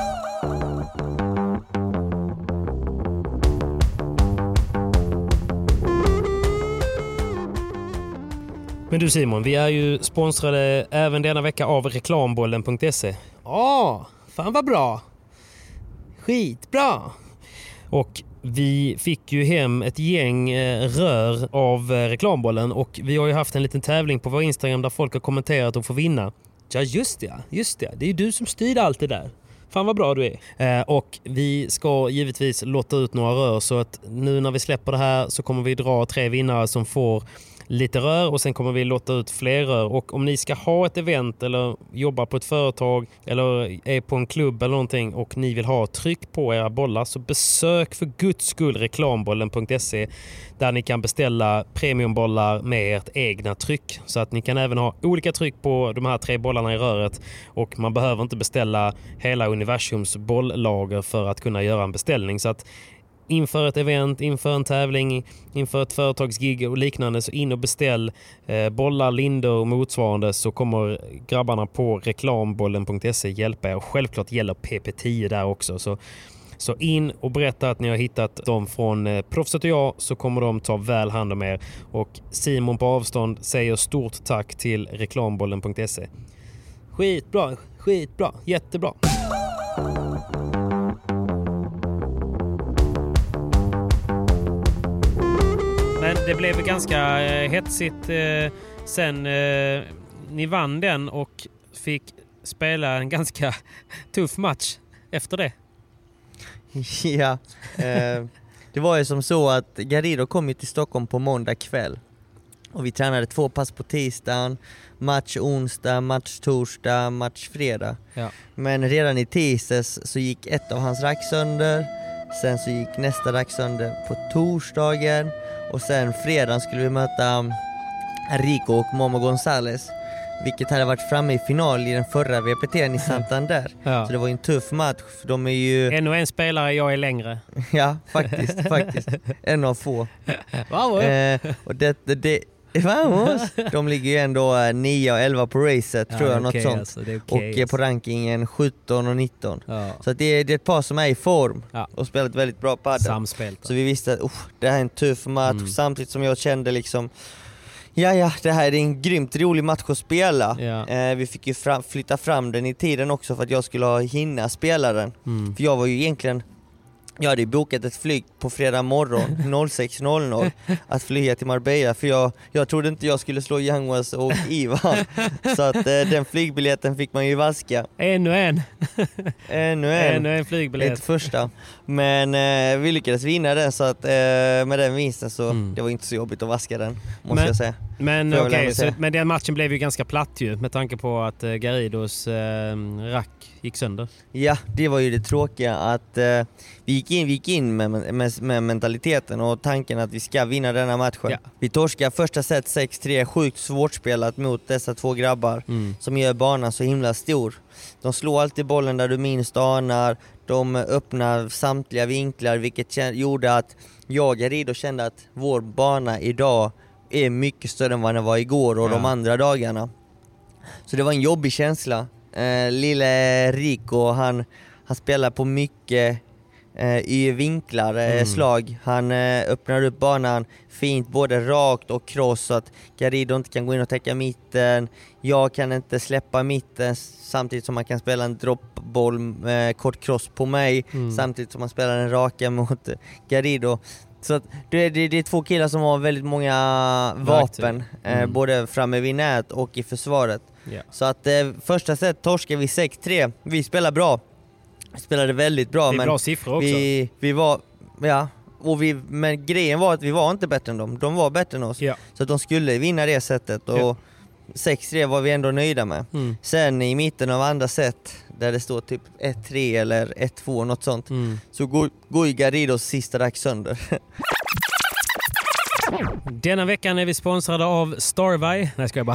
Men du Simon, vi är ju sponsrade även denna vecka av reklambollen.se. Fan vad bra. Skitbra. Och vi fick ju hem ett gäng rör av reklambollen, och vi har ju haft en liten tävling på vår Instagram där folk har kommenterat och får vinna. Ja, just det. Det är ju du som styr allt det där. Fan vad bra du är. Och vi ska givetvis lotta ut några rör, så att nu när vi släpper det här så kommer vi dra 3 vinnare som får lite rör, och sen kommer vi låta ut fler rör. Och om ni ska ha ett event eller jobba på ett företag eller är på en klubb eller någonting och ni vill ha tryck på era bollar, så besök för guds skull reklambollen.se, där ni kan beställa premiumbollar med ert egna tryck, så att ni kan även ha olika tryck på de här 3 bollarna i röret, och man behöver inte beställa hela universums bolllager för att kunna göra en beställning. Så att inför ett event, inför en tävling, inför ett företagsgig och liknande, så in och beställ bollar, lindor och motsvarande, så kommer grabbarna på reklambollen.se hjälpa er. Och självklart gäller PP10 där också. Så in och berätta att ni har hittat dem från Proffset och jag, så kommer de ta väl hand om er. Och Simon på avstånd säger stort tack till reklambollen.se. Skitbra, jättebra. Men det blev ganska hetsigt sen ni vann den och fick spela en ganska tuff match efter det. Ja, det var ju som så att Garrido kom till Stockholm på måndag kväll. Och vi tränade 2 pass på tisdagen, match onsdag, match torsdag, match fredag. Ja. Men redan i tisdags så gick ett av hans rack sönder. Sen så gick nästa rack sönder på torsdagen. Och sen fredagen skulle vi möta Rico och Momo González, vilket hade varit framme i final i den förra VPT:n i Santander. Ja. Så det var en tuff match. För de är ju... Ännu en spelare, jag är längre. Ja, faktiskt. En av få. Wow. Och vamos. De ligger ju ändå 9 och 11 på racet, tror jag, något sånt. Alltså, och på rankingen 17 och 19. Ja. Så att det är ett par som är i form och spelat väldigt bra padel. Samspelt. Så vi visste att det här är en tuff match, samtidigt som jag kände liksom det här är en grymt rolig match att spela. Ja. Vi fick ju flytta fram den i tiden också för att jag skulle hinna spela den. För jag var ju egentligen... Jag hade bokat ett flyg på fredag morgon 06.00 att flyga till Marbella, för jag trodde inte jag skulle slå Yanguas och Ivan. Så att den flygbiljetten fick man ju vaska. Ännu en flygbiljett. Lite första. Men vi lyckades vinna den, så att med den vinsten så det var inte så jobbigt att vaska den, måste jag säga. Men okej, men den matchen blev ju ganska platt ju med tanke på att Garridos rack gick sönder. Ja, det var ju det tråkiga att vi gick in med mentaliteten och tanken att vi ska vinna denna matchen. Ja. Vi torskade första set 6-3, sjukt svårt spelat mot dessa två grabbar som gör banan så himla stor. De slår alltid bollen där du minst anar, de öppnar samtliga vinklar, vilket gjorde att jag och Garrido kände att vår bana idag är mycket större än vad den var igår och de andra dagarna. Så det var en jobbig känsla. Lille Rico, han spelar på mycket i vinklar, slag. Han öppnar upp banan fint, både rakt och cross, så att Garrido inte kan gå in och täcka mitten. Jag kan inte släppa mitten samtidigt som man kan spela en droppboll kort cross på mig, samtidigt som man spelar en raka mot Garrido. Så att det är två killar som har väldigt många vapen, både framme vid nät och i försvaret. Yeah. Så att första set torskade vi 6-3. Vi spelade bra. Vi spelade väldigt bra. Det är men bra siffror också. Vi var, ja, men grejen var att vi var inte bättre än dem. De var bättre än oss. Yeah. Så att de skulle vinna det sättet. Och 6-3 var vi ändå nöjda med. Sen i mitten av andra set, där det står typ 1-3 eller 1-2, något sånt, så går ju Garridos sista rack sönder. Denna veckan är vi sponsrade av Starby. Nej, ska jag bara.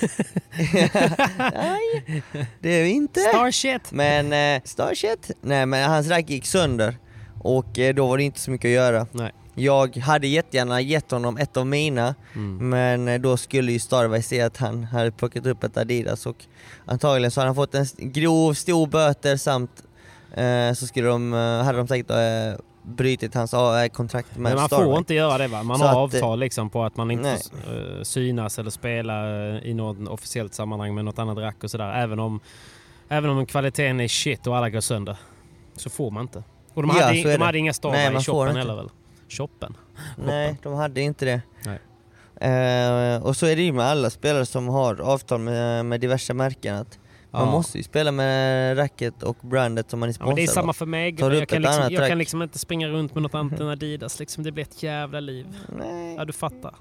Nej, det är vi inte. Starshit. Men Starshit? Nej, men hans rack gick sönder. Och då var det inte så mycket att göra. Nej. Jag hade jättegärna gett honom ett av mina, men då skulle ju Starby se att han hade plockat upp ett Adidas, och antagligen så hade han fått en stor böter, samt så hade de säkert brytit hans kontrakt med Starby. Men man får inte göra det, va? Man så har avtal liksom på att man inte synas eller spela i något officiellt sammanhang med något annat rack och sådär, även om kvaliteten är shit och alla går sönder, så får man inte. Och de hade inga Starby i shoppen heller väl? Shoppen. Nej, de hade inte det. Nej. Och så är det ju med alla spelare som har avtal med diverse märken, att man måste ju spela med racket och brandet som man är sponsrad. Men det är samma för mig. Jag kan liksom inte springa runt med något annat än Adidas. Liksom, det blir ett jävla liv. Nej. Ja, du fattar.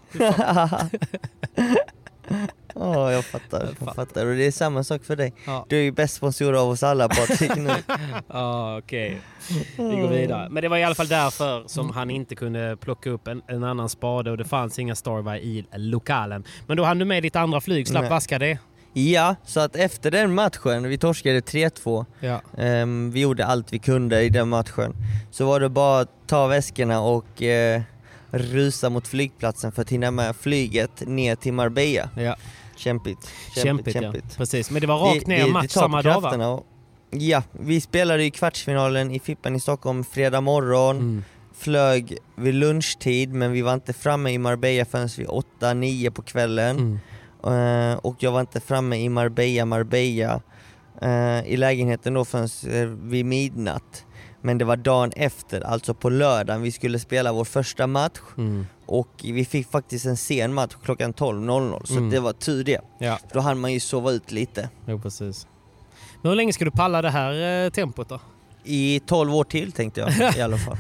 Jag fattar. Och det är samma sak för dig. Ja. Du är ju bäst sponsor av oss alla, Patrik, nu. Okej. Vi går vidare. Men det var i alla fall därför som han inte kunde plocka upp en annan spade, och det fanns inga Starby i lokalen. Men då hann du med ditt andra flyg, slapp vaska det. Ja, så att efter den matchen, vi torskade 3-2. Ja. Vi gjorde allt vi kunde i den matchen. Så var det bara att ta väskorna och rusa mot flygplatsen för att hinna med flyget ner till Marbella. Ja. Kämpigt. Ja. Precis, men det var rakt ner match samma dag, va? Ja, vi spelade i kvartsfinalen i Fippen i Stockholm fredag morgon. Flög vid lunchtid, men vi var inte framme i Marbella förrän vid 8-9 på kvällen. Och jag var inte framme i Marbella i lägenheten då förrän vid midnatt. Men det var dagen efter, alltså på lördagen, vi skulle spela vår första match. Och vi fick faktiskt en sen match klockan 12.00. Så det var tur det. Ja. För då hann man ju sova ut lite. Jo, precis. Men hur länge ska du palla det här tempot då? I 12 år till, tänkte jag i alla fall.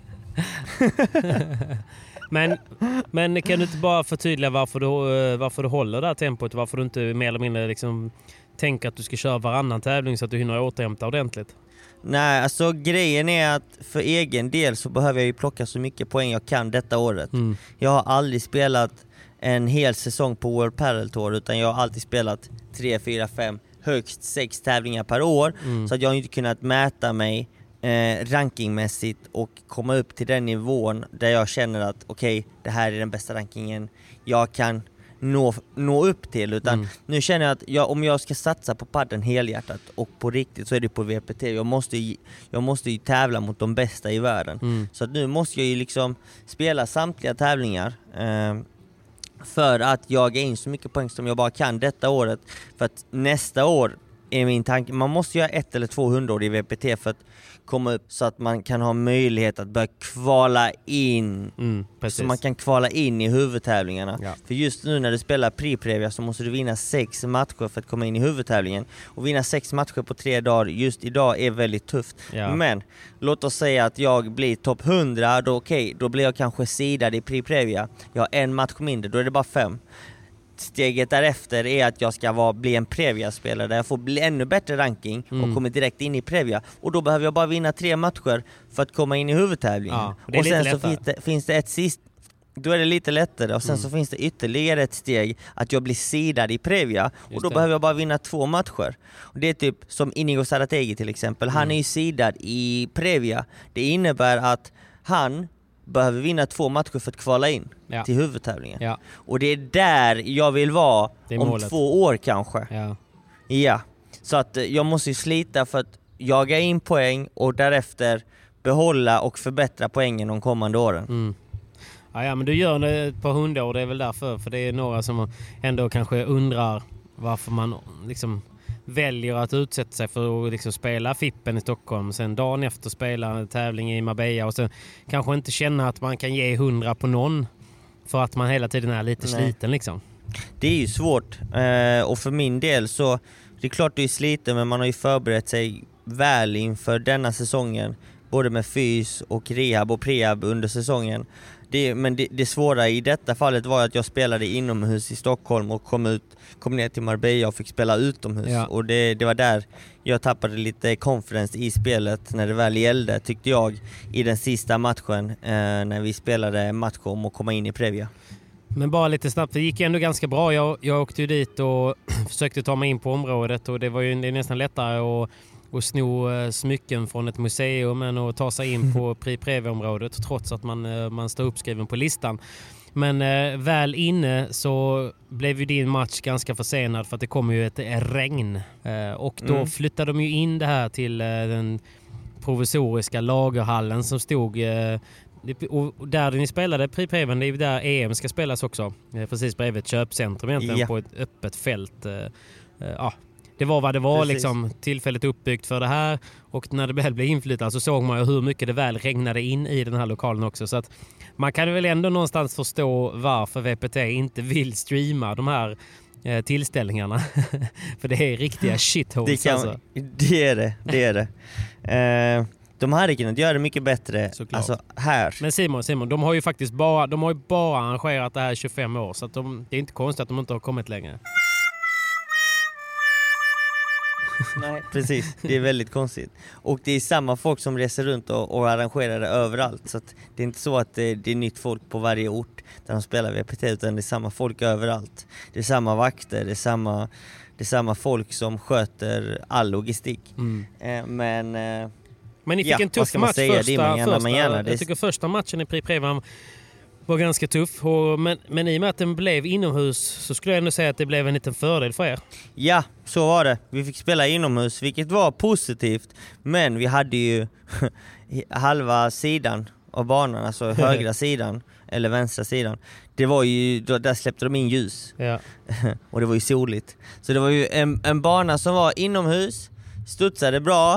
Men kan du inte bara förtydliga varför du håller det här tempot? Varför du inte mer eller mindre liksom tänker att du ska köra varannan tävling så att du hinner återhämta ordentligt? Nej, alltså grejen är att för egen del så behöver jag ju plocka så mycket poäng jag kan detta året. Jag har aldrig spelat en hel säsong på World Padel Tour, utan jag har alltid spelat 3, 4, 5, högst 6 tävlingar per år. Så att jag har inte kunnat mäta mig rankingmässigt och komma upp till den nivån där jag känner att okej, det här är den bästa rankingen jag kan nå upp till, utan nu känner jag att om jag ska satsa på padden helhjärtat och på riktigt, så är det på VPT. Jag måste ju tävla mot de bästa i världen. Så att nu måste jag ju liksom spela samtliga tävlingar för att jaga in så mycket poäng som jag bara kan detta året, för att nästa år är min tanke, man måste göra 1 eller 200 år i VPT för att komma upp, så att man kan ha möjlighet att börja kvala in, så man kan kvala in i huvudtävlingarna. Ja. För just nu när du spelar Prix-Previa så måste du vinna 6 matcher för att komma in i huvudtävlingen, och vinna 6 matcher på 3 dagar just idag är väldigt tufft. Ja. Men låt oss säga att jag blir topp 100, då blir jag kanske sidad i Prix-Previa. Jag har en match mindre, då är det bara 5. steget därefter är att jag ska bli en Previa-spelare där jag får bli ännu bättre ranking och kommer direkt in i Previa. Och då behöver jag bara vinna 3 matcher för att komma in i huvudtävlingen. Ja, och sen så finns det ett sist. Då är det lite lättare och sen så finns det ytterligare ett steg att jag blir sidad i Previa och då behöver jag bara vinna 2 matcher. Och det är typ som Inigo Zarategi till exempel. Han är ju sidad i Previa. Det innebär att han behöver vinna 2 matcher för att kvala in till huvudtävlingen. Ja. Och det är där jag vill vara om 2 år kanske. Ja. Så att jag måste ju slita för att jaga in poäng och därefter behålla och förbättra poängen de kommande åren. Ja, men du gör det ett par 100 år, det är väl därför. För det är några som ändå kanske undrar varför man liksom väljer att utsätta sig för att liksom spela Fippen i Stockholm. Sen dagen efter spela en tävling i Marbella och sen kanske inte känna att man kan ge 100 på någon för att man hela tiden är lite sliten liksom. Det är ju svårt. Och för min del så det är klart du är sliten, men man har ju förberett sig väl inför denna säsongen. Både med fys och rehab och prehab under säsongen. Men det svåra i detta fallet var att jag spelade inomhus i Stockholm och kom ner till Marbella och fick spela utomhus. Ja. Och det var där jag tappade lite confidence i spelet när det väl gällde, tyckte jag, i den sista matchen när vi spelade match om att komma in i Previa. Men bara lite snabbt, det gick ändå ganska bra. Jag åkte ju dit och försökte ta mig in på området och det är nästan lättare att sno smycken från ett museum än att ta sig in på Previa-området trots att man står uppskriven på listan. Men väl inne så blev ju din match ganska försenad för att det kom ju ett regn. Och då flyttade de ju in det här till den provisoriska lagerhallen som stod... Och där ni spelade Previa, det är ju där EM ska spelas också. Precis bredvid ett köpcentrum egentligen på ett öppet fält. Det var vad det var liksom, tillfälligt uppbyggt för det här, och när det väl blev inflyttat så såg man ju hur mycket det väl regnade in i den här lokalen också, så att man kan väl ändå någonstans förstå varför VPT inte vill streama de här tillställningarna. För det är riktiga shitholes. Det är det. De hade kunnat göra det mycket bättre. Alltså, här. Men Simon, de har ju faktiskt bara arrangerat det här 25 år, så att det är inte konstigt att de inte har kommit längre. Nej, precis. Det är väldigt konstigt. Och det är samma folk som reser runt och arrangerar det överallt. Så att det är inte så att det är nytt folk på varje ort där de spelar VPT, utan det är samma folk överallt. Det är samma vakter, det är samma folk som sköter all logistik. Men ni fick en tuff match jag tycker första matchen i Previa var ganska tuff. Men i och med att den blev inomhus så skulle jag ändå säga att det blev en liten fördel för er. Ja, så var det. Vi fick spela inomhus, vilket var positivt. Men vi hade ju halva sidan av banan, alltså högra sidan eller vänstra sidan. Det var ju, där släppte de in ljus. Ja. Och det var ju soligt. Så det var ju en bana som var inomhus, studsade bra,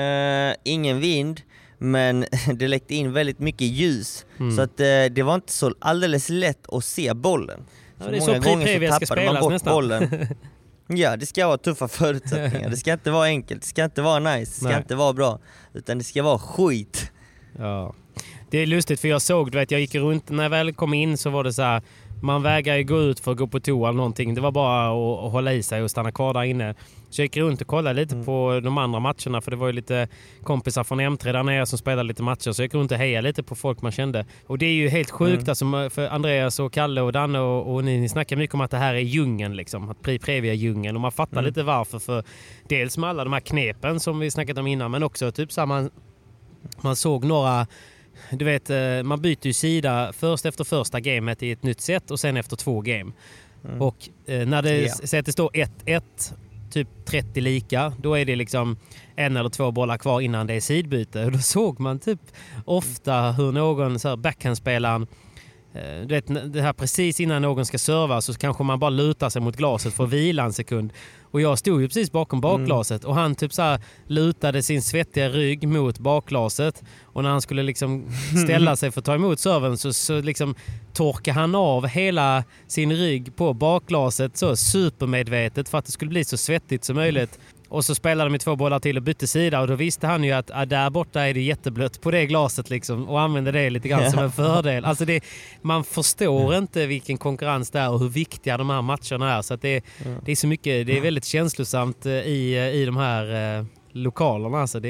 ingen vind. Men det läckte in väldigt mycket ljus. Så att det var inte så alldeles lätt att se bollen. Ja, det är så Previa ska spelas nästan. Bollen. Ja, det ska vara tuffa förutsättningar. Det ska inte vara enkelt, det ska inte vara nice, det ska inte vara bra. Utan det ska vara skit. Ja. Det är lustigt för jag såg, jag gick runt, när jag väl kom in så var det så här, man vägrar ju gå ut för att gå på toa eller någonting. Det var bara att hålla i sig och stanna kvar där inne. Så jag gick runt och kollade lite på de andra matcherna, för det var ju lite kompisar från M3 där nere som spelade lite matcher. Så jag gick runt och hejade lite på folk man kände. Och det är ju helt sjukt alltså, för Andreas och Kalle och Danne och ni snackar mycket om att det här är djungeln liksom. Att Previa djungeln. Och man fattar lite varför, för dels med alla de här knepen som vi snackat om innan, men också typ så här, man såg några... Du vet, man byter ju sida först efter första gamet i ett nytt set och sen efter 2 game. Och när det står 1-1, typ 30 lika, då är det liksom 1 eller 2 bollar kvar innan det är sidbyte. Och då såg man typ ofta hur någon så här backhandspelaren, du vet, det här precis innan någon ska serva så kanske man bara lutar sig mot glaset för att vila en sekund. Och jag stod ju precis bakom bakglaset och han typ så här lutade sin svettiga rygg mot bakglaset, och när han skulle liksom ställa sig för att ta emot serven så liksom torkade han av hela sin rygg på bakglaset så supermedvetet för att det skulle bli så svettigt som möjligt. Och så spelade de med 2 bollar till och bytte sida och då visste han ju att där borta är det jätteblött på det glaset liksom, och använde det lite grann som en fördel. Alltså man förstår inte vilken konkurrens det är och hur viktiga de här matcherna är, så att det är så mycket, det är väldigt känslosamt i de här lokalerna. Alltså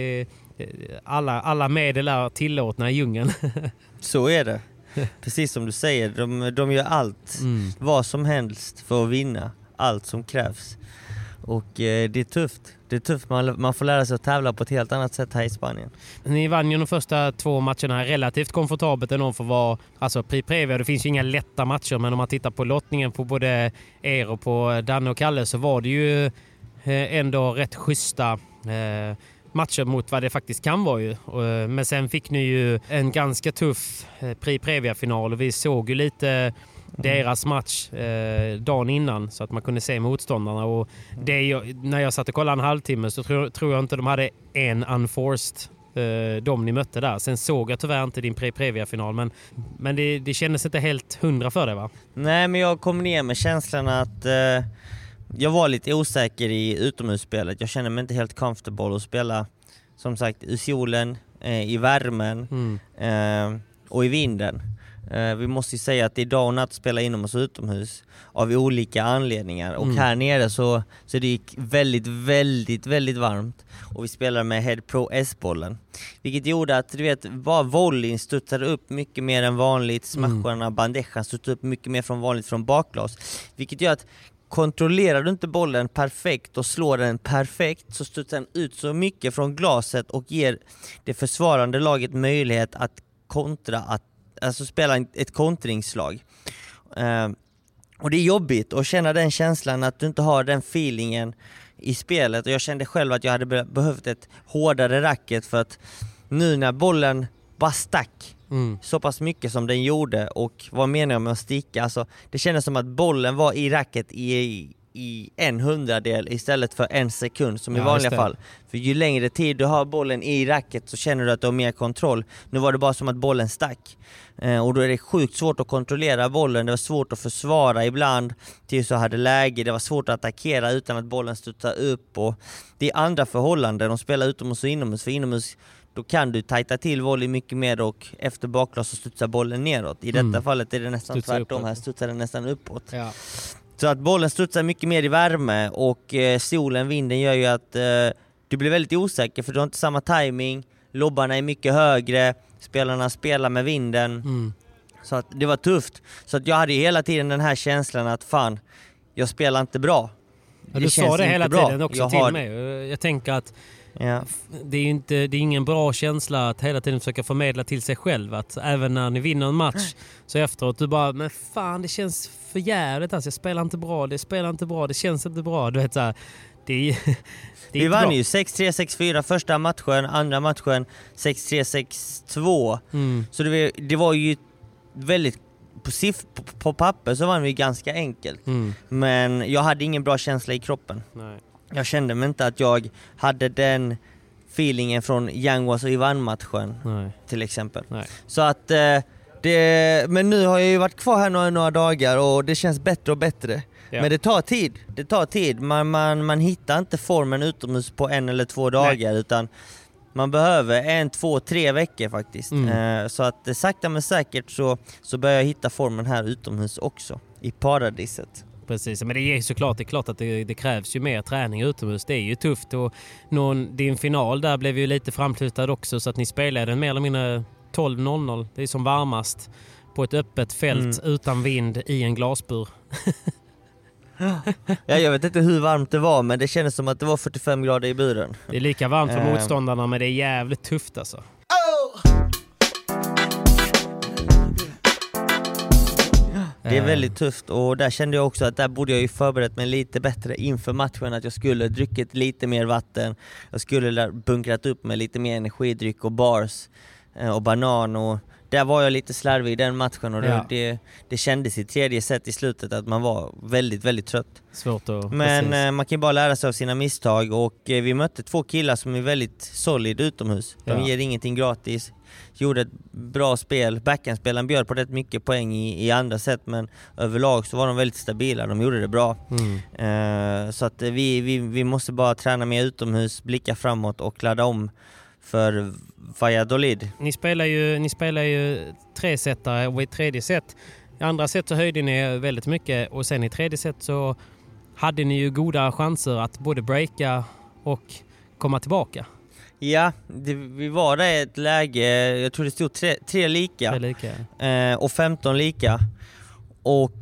alla medel är tillåtna i djungeln. Så är det. Precis som du säger, de gör allt, vad som helst för att vinna, allt som krävs. Och det är tufft. Man får lära sig att tävla på ett helt annat sätt här i Spanien. Ni vann ju de första 2 matcherna relativt komfortabelt ändå för att vara, alltså Previa, det finns ju inga lätta matcher, men om man tittar på lottningen på både er och på Danne och Kalle så var det ju ändå rätt schyssta matcher mot vad det faktiskt kan vara ju. Men sen fick ni ju en ganska tuff Previa-final och vi såg ju lite deras match dagen innan så att man kunde se motståndarna, och när jag satt och kollade en halvtimme så tror jag inte de hade en unforced de ni mötte där. Sen såg jag tyvärr inte din Previa-final, men det kändes inte helt 100 för det, va? Nej, men jag kom ner med känslan att jag var lite osäker i utomhusspelet. Jag kände mig inte helt comfortable att spela, som sagt, i solen, i värmen och i vinden. Vi måste ju säga att det är dag och natt att spela inomhus och utomhus av olika anledningar. Och här nere så är det väldigt, väldigt, väldigt varmt. Och vi spelar med Head Pro S-bollen. Vilket gjorde att, du vet, bara volleyn studsade upp mycket mer än vanligt. Smasharna, bandejan studsade upp mycket mer från vanligt från bakglas. Vilket gör att kontrollerar du inte bollen perfekt och slår den perfekt så studsar den ut så mycket från glaset och ger det försvarande laget möjlighet att alltså spela ett kontringslag. Och det är jobbigt att känna den känslan att du inte har den feelingen i spelet. Och jag kände själv att jag hade behövt ett hårdare racket, för att nu när bollen bara stack så pass mycket som den gjorde, och vad menar jag med att sticka? Alltså, det kändes som att bollen var i racket i 1/100 istället för 1 sekund som i vanliga fall. För ju längre tid du har bollen i racket så känner du att du har mer kontroll. Nu var det bara som att bollen stack. Och då är det sjukt svårt att kontrollera bollen. Det var svårt att försvara ibland tills du hade läge. Det var svårt att attackera utan att bollen studsar upp. Och det är andra förhållanden. De spelar utomhus och inomhus. För inomhus då kan du tajta till volley mycket mer och efter bakglas så studsar bollen neråt. I detta fallet är det nästan tvärtom. Här studsar den nästan uppåt. Ja. Så att bollen studsar mycket mer i värme och solen, vinden gör ju att du blir väldigt osäker, för du har inte samma timing. Lobbarna är mycket högre, spelarna spelar med vinden. Så att det var tufft. Så att jag hade hela tiden den här känslan att fan, jag spelar inte bra. Ja, du sa det hela tiden också till mig. Jag tänker att det är ingen bra känsla att hela tiden försöka förmedla till sig själv att även när ni vinner en match så efteråt du bara, men fan, det känns för jävligt, alltså jag spelar inte bra, det känns inte bra, du vet så här, vi vann ju 6-3, 6-4 första matchen, andra matchen 6-3, 6-2. Så det var ju väldigt på papper så vann vi ganska enkelt. Men jag hade ingen bra känsla i kroppen. Nej. Jag kände mig inte att jag hade den feelingen från Yanguas och Ivan-matchen till exempel. Nej. Så att men nu har jag ju varit kvar här några dagar och det känns bättre och bättre. Ja. Men det tar tid. Man hittar inte formen utomhus på 1 eller 2 dagar. Nej. Utan man behöver 1, 2, 3 veckor faktiskt. Så att sakta men säkert så börjar jag hitta formen här utomhus också, i paradiset. Precis, men det är klart att det krävs ju mer träning utomhus. Det är ju tufft, och din final där blev ju lite framflyttad också, så att ni spelade den mer eller mindre 12:00. Det är som varmast på ett öppet fält utan vind i en glasbur. Ja, jag vet inte hur varmt det var, men det kändes som att det var 45 grader i buren. Det är lika varmt för motståndarna, men det är jävligt tufft alltså. Det är väldigt tufft, och där kände jag också att där borde jag ju förberett mig lite bättre inför matchen, att jag skulle druckit lite mer vatten, jag skulle bunkrat upp med lite mer energidryck och bars och banan, och där var jag lite slarvig i den matchen, och det kändes i tredje set i slutet att man var väldigt, väldigt trött. Svårt att... Men man kan ju bara lära sig av sina misstag, och vi mötte 2 killar som är väldigt solid utomhus. De ger ingenting gratis. Gjorde ett bra spel. Backhandspelaren bjöd på rätt mycket poäng i andra set, men överlag så var de väldigt stabila. De gjorde det bra. Så att vi måste bara träna mer utomhus, blicka framåt och ladda om för Valladolid. Ni spelar ju 3-setare, och i tredje set, i andra set så höjde ni väldigt mycket, och sen i tredje set så hade ni ju goda chanser att både breaka och komma tillbaka. Ja, vi var där i ett läge, jag tror det stod 3 lika. 3 lika. Och 15 lika. Och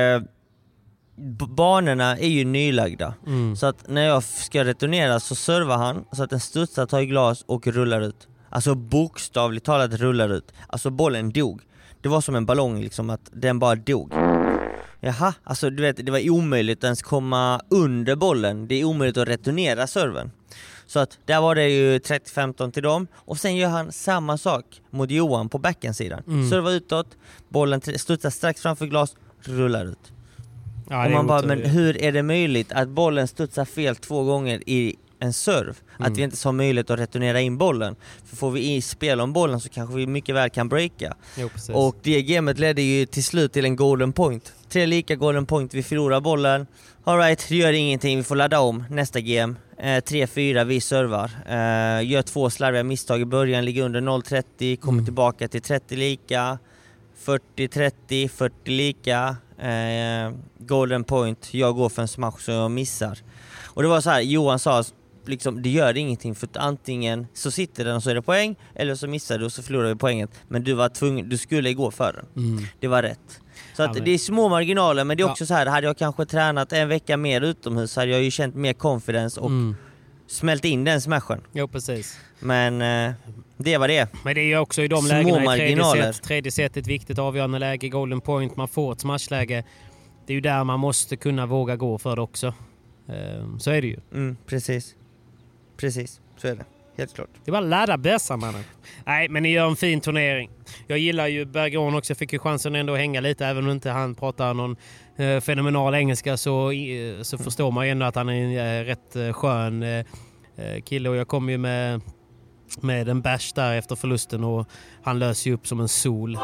banorna är ju nylagda. Så att när jag ska returnera så servar han så att den studsar, tar i glas och rullar ut. Alltså bokstavligt talat rullar ut. Alltså bollen dog. Det var som en ballong liksom, att den bara dog. Jaha, alltså du vet, det var omöjligt att ens komma under bollen. Det är omöjligt att returnera serven. Så att där var det ju 30-15 till dem. Och sen gör han samma sak mot Johan på backensidan. Servar utåt, bollen studsar strax framför glas, rullar ut. Ja, och man bara, men hur är det möjligt att bollen studsar fel 2 gånger i en serve? Att vi inte har möjlighet att returnera in bollen. För får vi i spel om bollen så kanske vi mycket väl kan breaka. Jo, och det gamet ledde ju till slut till en golden point. 3 lika golden point, vi förlorar bollen. All right, det gör ingenting, vi får ladda om nästa game. 3-4, vi servar. Gör 2 slarviga misstag i början, ligger under 0-30, kommer tillbaka till 30 lika. 40-30, 40 lika. Golden point, jag går för en smash så jag missar. Och det var så här, Johan sa liksom, det gör ingenting, för att antingen så sitter den och så är det poäng, eller så missar du och så förlorar vi poängen. Men du var tvungen, du skulle gå för den. Det var rätt. Så att det är små marginaler, men det är också så här, hade jag kanske tränat en vecka mer utomhus hade jag ju känt mer confidence och smält in den smashen. Jo, precis. Men det var det. Men det är ju också i de lägena i tredje set ett viktigt avgörande läge, golden point, man får ett smashläge. Det är ju där man måste kunna våga gå för det också. Så är det ju. Precis, så är det. Helt klart. Det var ladda bästa, mannen. Nej, men ni gör en fin turnering. Jag gillar ju Bergeron också. Jag fick ju chansen ändå att hänga lite. Även om inte han pratar någon fenomenal engelska så förstår man ju ändå att han är en rätt skön kille. Och jag kom ju med en bash där efter förlusten och han löser ju upp som en sol.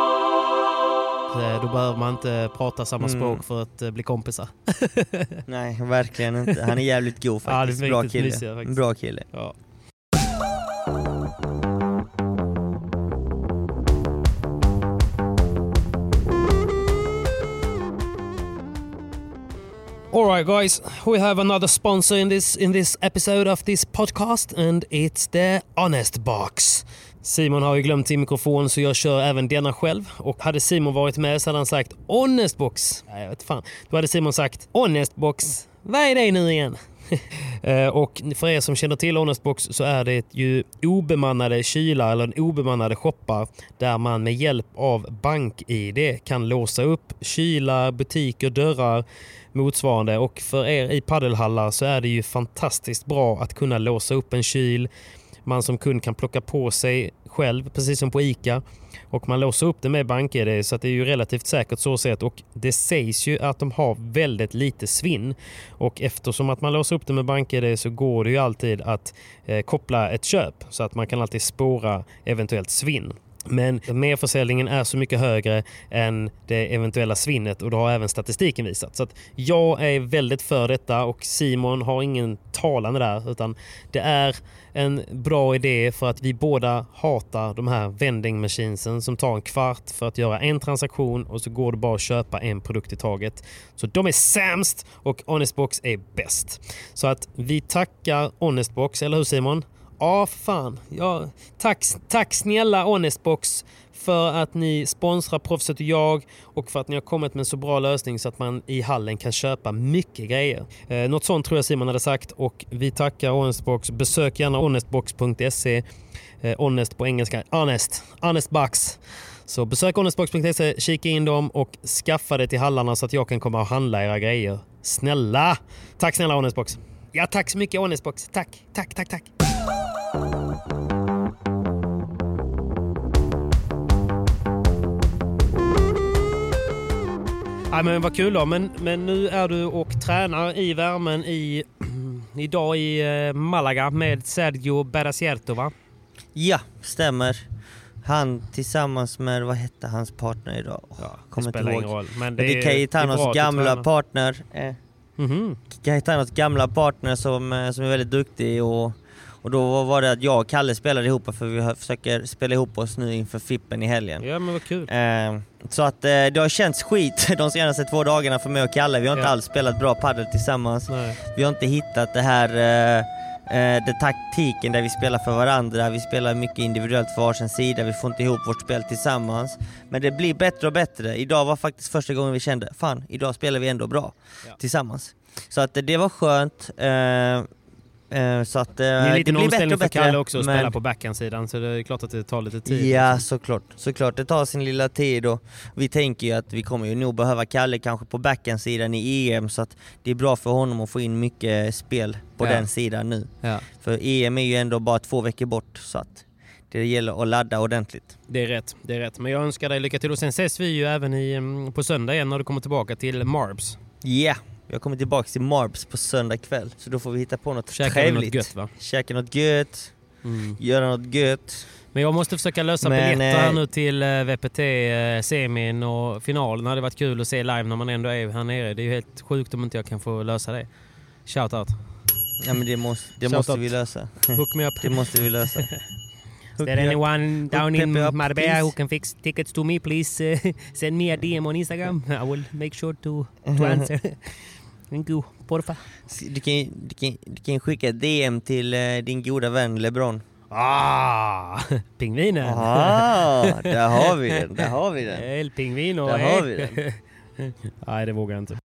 Då behöver man inte prata samma språk för att bli kompisar. Nej, verkligen inte. Han är jävligt god faktiskt. Bra kille. Mysiga, faktiskt. Bra kille. Ja. All right, guys, we have another sponsor in this episode of this podcast, and it's the Honest Box. Simon har ju glömt sin mikrofon så jag kör även denna själv. Och hade Simon varit med så hade han sagt Honest Box. Nej, jag vet fan. Då hade Simon sagt Honest Box. Vad är det nu igen? Och för er som känner till Honest Box så är det ju obemannade kylar eller obemannade shoppar där man med hjälp av BankID kan låsa upp kylar, butiker, dörrar motsvarande. Och för er i paddelhallar så är det ju fantastiskt bra att kunna låsa upp en kyl. Man som kund kan plocka på sig själv, precis som på ICA. Och man låser upp det med BankID så att det är ju relativt säkert så sett. Och det sägs ju att de har väldigt lite svinn. Och eftersom att man låser upp det med BankID så går det ju alltid att koppla ett köp. Så att man kan alltid spåra eventuellt svinn. Men merförsäljningen är så mycket högre än det eventuella svinnet och det har även statistiken visat. Så att jag är väldigt för detta och Simon har ingen talande där utan det är en bra idé för att vi båda hatar de här vending machinesen som tar en kvart för att göra en transaktion och så går det bara att köpa en produkt i taget. Så de är sämst och Honestbox är bäst. Så att vi tackar Honestbox, eller hur Simon? Ja, fan. Ja, tack snälla Honestbox för att ni sponsrar Proffset och jag och för att ni har kommit med en så bra lösning så att man i hallen kan köpa mycket grejer. Något sånt tror jag Simon hade sagt och vi tackar Honestbox. Besök gärna honestbox.se. Honest på engelska. Honestbox. Så besök honestbox.se, kika in dem och skaffa det till hallarna så att jag kan komma och handla era grejer. Snälla! Tack snälla Honestbox. Ja, tack så mycket Honestbox. Tack. Ja, men vad kul då. Men nu är du och tränar i värmen idag i Malaga med Sergio Beracierto, va? Ja, stämmer. Han tillsammans med, vad hette hans partner idag? Det spelar ingen roll. Men det är Caetanos gamla partner. Caetanos gamla partner som är väldigt duktig och då var det att jag och Kalle spelade ihop för vi försöker spela ihop oss nu inför Fippen i helgen. Ja, men vad kul. Så att det har känts skit de senaste 2 dagarna för mig och Kalle. Vi har inte alls spelat bra paddel tillsammans. Nej. Vi har inte hittat det här den taktiken där vi spelar för varandra. Vi spelar mycket individuellt för varsin sida. Vi får inte ihop vårt spel tillsammans. Men det blir bättre och bättre. Idag var faktiskt första gången vi kände, fan, idag spelar vi ändå bra tillsammans. Så att det var skönt. Så att det är lite det blir bättre och bättre. Kalle också att spela på backhandsidan, så det är klart att det tar lite tid. Ja, såklart det tar sin lilla tid och vi tänker ju att vi kommer ju nog behöva Kalle kanske på backhandsidan i EM, så att det är bra för honom att få in mycket spel på den sidan nu. Ja. För EM är ju ändå bara 2 veckor bort, så att det gäller att ladda ordentligt. Det är rätt. Men jag önskar dig lycka till och sen ses vi ju även på söndag igen när du kommer tillbaka till Marbs. Ja. Jag kommer tillbaka till Marbs på söndag kväll. Så då får vi hitta på något trevligt. Käka något gött. Göra något gött. Men jag måste försöka lösa biljetter här nu till VPT semin och finalen. Det hade varit kul att se live när man ändå är här nere. Det är ju helt sjukt om inte jag kan få lösa det. Shout out. Ja, men det måste vi lösa. Hook me up. Det måste vi lösa. Is there anyone down in Marbella who can fix tickets to me? Please send me a DM on Instagram. I will make sure to answer. Thank you, porfa. Du kan skicka ett DM till din goda vän LeBron. Pingvinen. Där har vi den. El pingvino. Där har vi den. Nej, det vågar jag inte.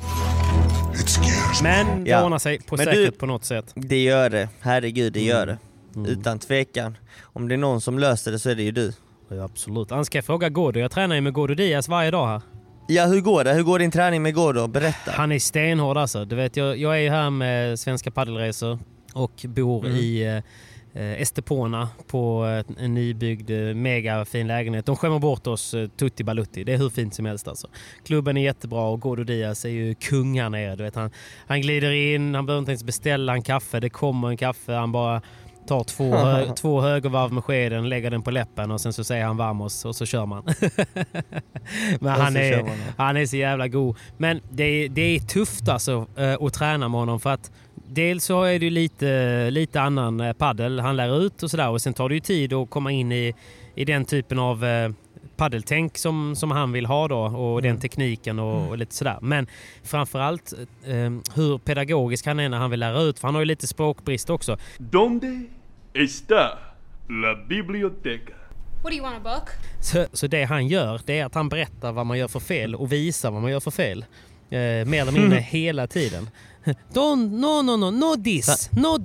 Men det ordnar sig på något sätt. Det gör det. Herregud, det gör det. Utan tvekan. Om det är någon som löser det så är det ju du. Ja, absolut. Annars ska jag fråga Gordo. Jag tränar ju med Gordo Diaz varje dag här. Ja, hur går det? Hur går din träning med Gordo? Berätta. Han är stenhård alltså. Du vet, jag är ju här med Svenska paddelresor och bor i Estepona på en nybyggd mega fin lägenhet. De skämmer bort oss tutti balutti. Det är hur fint som helst alltså. Klubben är jättebra och Gordo Diaz är ju kung här nere. Du vet, han glider in, han behöver inte ens beställa en kaffe. Det kommer en kaffe, han bara tar 2 högervarv med skeden, lägger den på läppen och sen så säger han vamos och så kör man. Men han är så jävla god. Men det är tufft alltså att träna med honom, för att dels så är det lite annan paddel han lär ut och sådär, och sen tar det ju tid att komma in i den typen av paddeltänk som han vill ha då, och den tekniken och lite sådär. Men framförallt hur pedagogisk han är när han vill lära ut, för han har ju lite språkbrist också. Donde está la biblioteca? What do you want, a book? Så det han gör, det är att han berättar vad man gör för fel och visar vad man gör för fel. Mer eller mindre hela tiden. No this,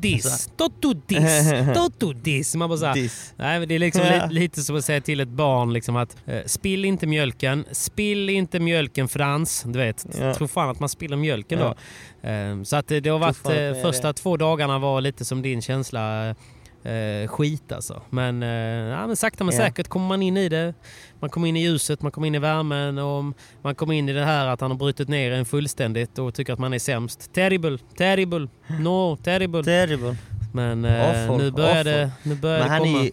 don't do this. Man bara såhär, nej, men det är liksom lite som att säga till ett barn liksom att spill inte mjölken Frans, du vet. Tror fan att man spiller mjölken då. Så att det har varit första 2 dagarna var lite som din känsla, skit alltså. Men sakta men säkert kommer man in i det. Man kommer in i ljuset, man kommer in i värmen och man kommer in i det här att han har brutit ner en fullständigt och tycker att man är sämst. Terrible. Men nu börjar det komma.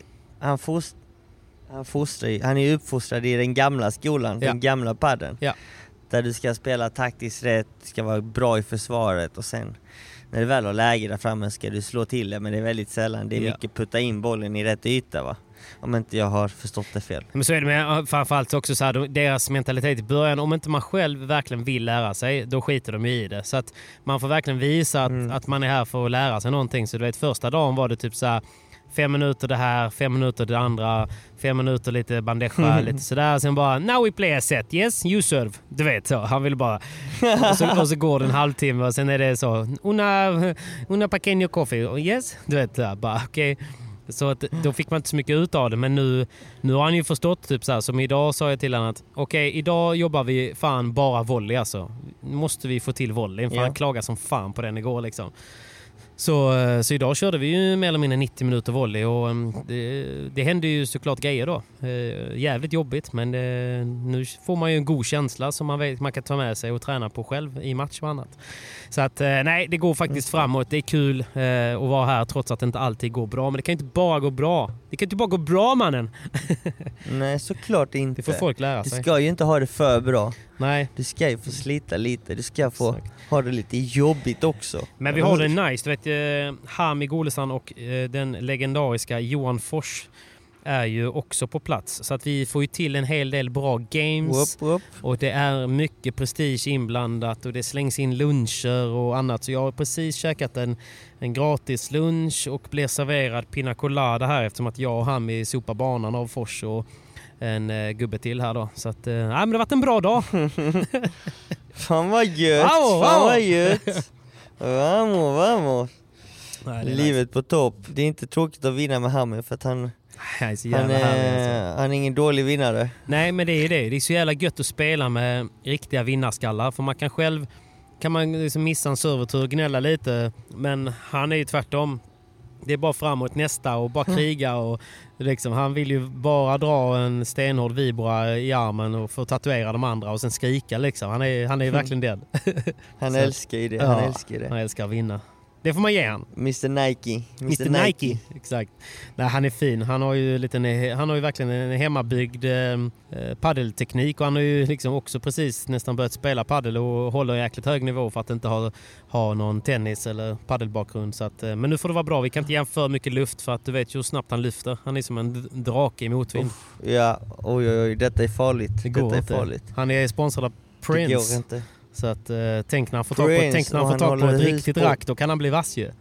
Han är ju uppfostrad i den gamla skolan, den gamla padden. Ja. Där du ska spela taktiskt rätt, ska vara bra i försvaret och sen när det väl har läge där framme ska du slå till det, men det är väldigt sällan. Det är mycket putta in bollen i rätt yta, va? Om inte jag har förstått det fel. Men så är det med framförallt också så här, deras mentalitet i början, om inte man själv verkligen vill lära sig, då skiter de i det. Så att man får verkligen visa att man är här för att lära sig någonting. Så du vet, första dagen var det typ så här 5 minuter det här, 5 minuter det andra, 5 minuter lite bandeja, lite sådär. Sen bara, now we play a set, yes, you serve. Du vet så, han vill bara. och så går det en halvtimme och sen är det så, una pequeño coffee, och yes, du vet så, bara okej. Så att, då fick man inte så mycket ut av det, men nu har han ju förstått typ så här, som idag sa jag till honom att okej, idag jobbar vi fan bara volley alltså. Nu måste vi få till volley, för han klagar som fan på den igår liksom. Så idag körde vi ju mer eller mindre 90 minuter volley och det hände ju såklart grejer då. Jävligt jobbigt, men nu får man ju en god känsla som man vet man kan ta med sig och träna på själv i match och annat. Så att nej, det går faktiskt framåt. Det är kul att vara här trots att det inte alltid går bra. Men det kan inte bara gå bra. Det kan inte bara gå bra, mannen. Nej, såklart inte. Det får folk lära sig. Du ska ju inte ha det för bra. Nej. Du ska ju få slita lite. Du ska få ha det lite jobbigt också. Men vi har det nice. Du vet, Hami Golesson och den legendariska Johan Fors är ju också på plats. Så att vi får ju till en hel del bra games. Och det är mycket prestige inblandat och det slängs in luncher och annat. Så jag har precis käkat en gratis lunch och blev serverad pina colada här eftersom att jag och Hami sopar banan av Fors och en gubbe till här då. Så att, men det har varit en bra dag. Fan vad gött! Fan vad gött! Vamos! Nej, livet nice. På topp. Det är inte tråkigt att vinna med Hammer för att han är ingen dålig vinnare. Nej, men det är det. Det är så jävla gött att spela med riktiga vinnarskallar. För man kan man liksom missa en servertur, gnälla lite. Men han är ju tvärtom. Det är bara framåt nästa och bara kriga. Och liksom, han vill ju bara dra en stenhård vibra i armen och få tatuera de andra och sen skrika liksom. Han är verkligen den. Han älskar ju det. Han älskar att vinna. Det får man ge han. Mr. Nike. Mr. Nike. Exakt. Nej, han är fin. Han har ju verkligen en hemmabyggd paddelteknik och han har ju liksom också precis nästan börjat spela paddel och håller jäkligt hög nivå för att inte ha någon tennis eller paddelbakgrund. Så att, men nu får det vara bra. Vi kan inte jämföra mycket luft för att du vet ju hur snabbt han lyfter. Han är som en drake i motvind. Ja, oj, detta är farligt. Det går inte. Han är sponsrad av Prince. Det går inte. Så att tänk när han får tag på ett riktigt rack, då kan han bli vass ju.